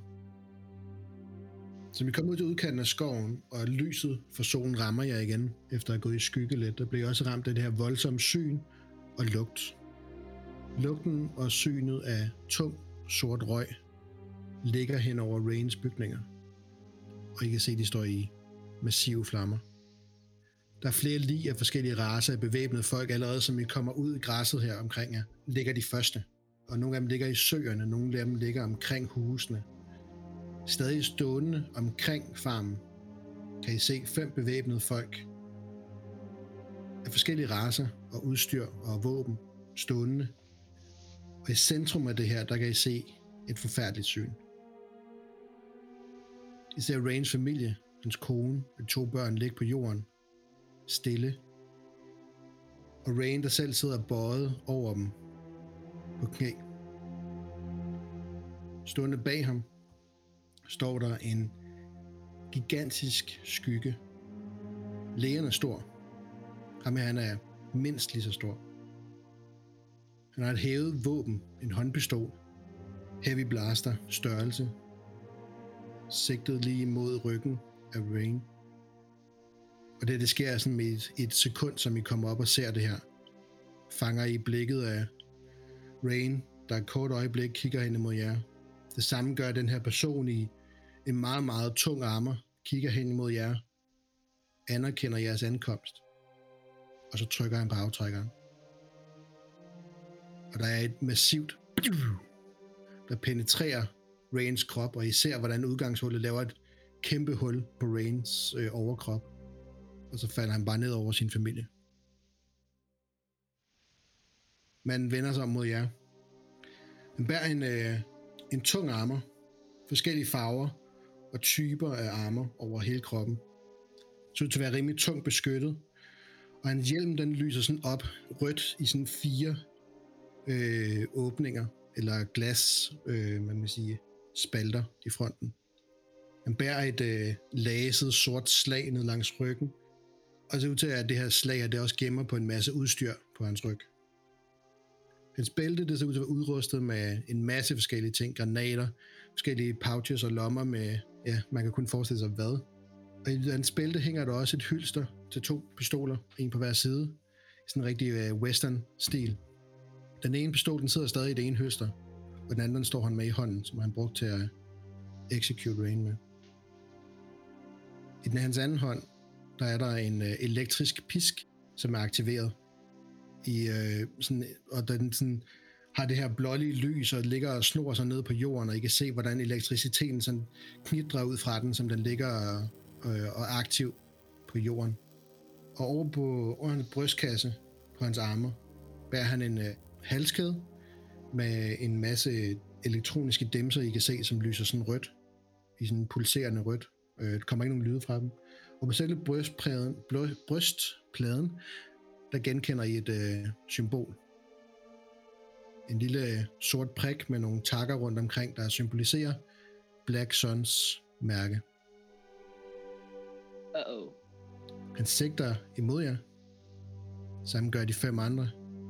Så vi kommer ud til udkanten af skoven, og lyset fra solen rammer jer igen, efter at have gået i skygge lidt. Der bliver også ramt af det her voldsomme syn og lugt. Lugten og synet af tung, sort røg ligger hen over Rains bygninger. Og I kan se, at de står i massive flammer. Der er flere lig af forskellige racer af bevæbnede folk allerede, som I kommer ud i græsset her omkring jer. Ligger de første. Og nogle af dem ligger i søerne, nogle af dem ligger omkring husene. Stadig stående omkring farmen kan I se 5 bevæbnede folk af forskellige racer og udstyr og våben stående. Og i centrum af det her, der kan I se et forfærdeligt syn. I ser Rains familie, hans kone og 2 børn ligge på jorden, stille. Og Rain, der selv sidder bøjet over dem på knæ. Stående bag ham står der en gigantisk skygge. Lægen er stor. Ham her, han er mindst lige så stor. Han har et hævet våben, en håndpistol, heavy blaster, størrelse, sigtet lige mod ryggen af Rain. Og det sker sådan med et sekund, som I kommer op og ser det her. Fanger I blikket af Rain, der et kort øjeblik kigger hen imod jer. Det samme gør den her person i en meget, meget tung armor, kigger hen imod jer, anerkender jeres ankomst, og så trykker han på aftrækkeren. Og der er et massivt, der penetrerer Rains krop, og I ser, hvordan udgangshullet laver et kæmpe hul på Rains overkrop, og så falder han bare ned over sin familie. Man vender sig om mod jer. Han bærer en tung armor, forskellige farver og typer af armor over hele kroppen. Så ud til at være rimelig tungt beskyttet. Og hans hjelm, den lyser sådan op rødt i sådan 4 åbninger, eller glas, man vil sige, spalter i fronten. Han bærer et laset sort slag ned langs ryggen, og så ud til at det her slag, det også gemmer på en masse udstyr på hans ryg. Hans bælte, det ser ud til at være udrustet med en masse forskellige ting, granater, forskellige pouches og lommer med, ja, man kan kun forestille sig hvad. Og i hans bælte hænger der også et hylster til 2 pistoler, en på hver side, i sådan en rigtig western-stil. Den ene pistol, den sidder stadig i det ene hylster, og den anden står han med i hånden, som han brugt til at execute Rain med. I hans anden hånd, der er der en elektrisk pisk, som er aktiveret. Og den sådan, har det her blålige lys, og ligger og snor sig ned på jorden, og I kan se, hvordan elektriciteten sådan knitrer ud fra den, som den ligger og er aktiv på jorden. Og over hans brystkasse på hans arme, bærer han en halskæde med en masse elektroniske dimser, I kan se, som lyser sådan rødt, i sådan pulserende rødt. Der kommer ikke nogen lyde fra dem. Og på selve brystpladen, der genkender I et symbol. En lille sort prik med nogle takker rundt omkring, der symboliserer Black Suns mærke. Uh-oh. Han sigter imod jer. Sammen gør de 5 andre.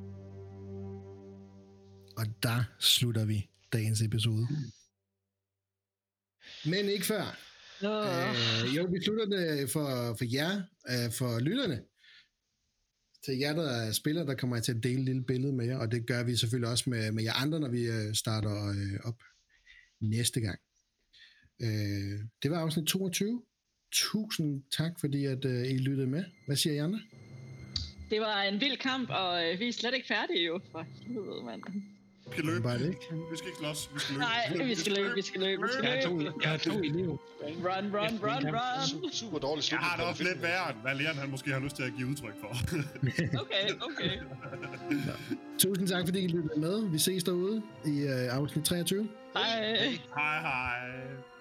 Og der slutter vi dagens episode. Men ikke før. Jo, vi slutter det for jer, for lytterne. Til jer, der spiller, der kommer jeg til at dele et lille billede med jer, og det gør vi selvfølgelig også med jer andre, når vi starter op næste gang. Det var afsnit 22. Tusind tak, fordi at I lyttede med. Hvad siger I andre? Det var en vild kamp, og vi er slet ikke færdige jo. For helvede, mand. Vi skal løbe. Vi skal ikke slås. Vi skal løbe. Nej, vi skal løbe. Jeg har 2 i liv. Run. Super dårligt. Jeg har det også lidt værre, end hvad Leon han måske har lyst til at give udtryk for. Okay. Tusind tak, fordi I lyttede med. Vi ses derude i afsnit 23. Hej. Hej.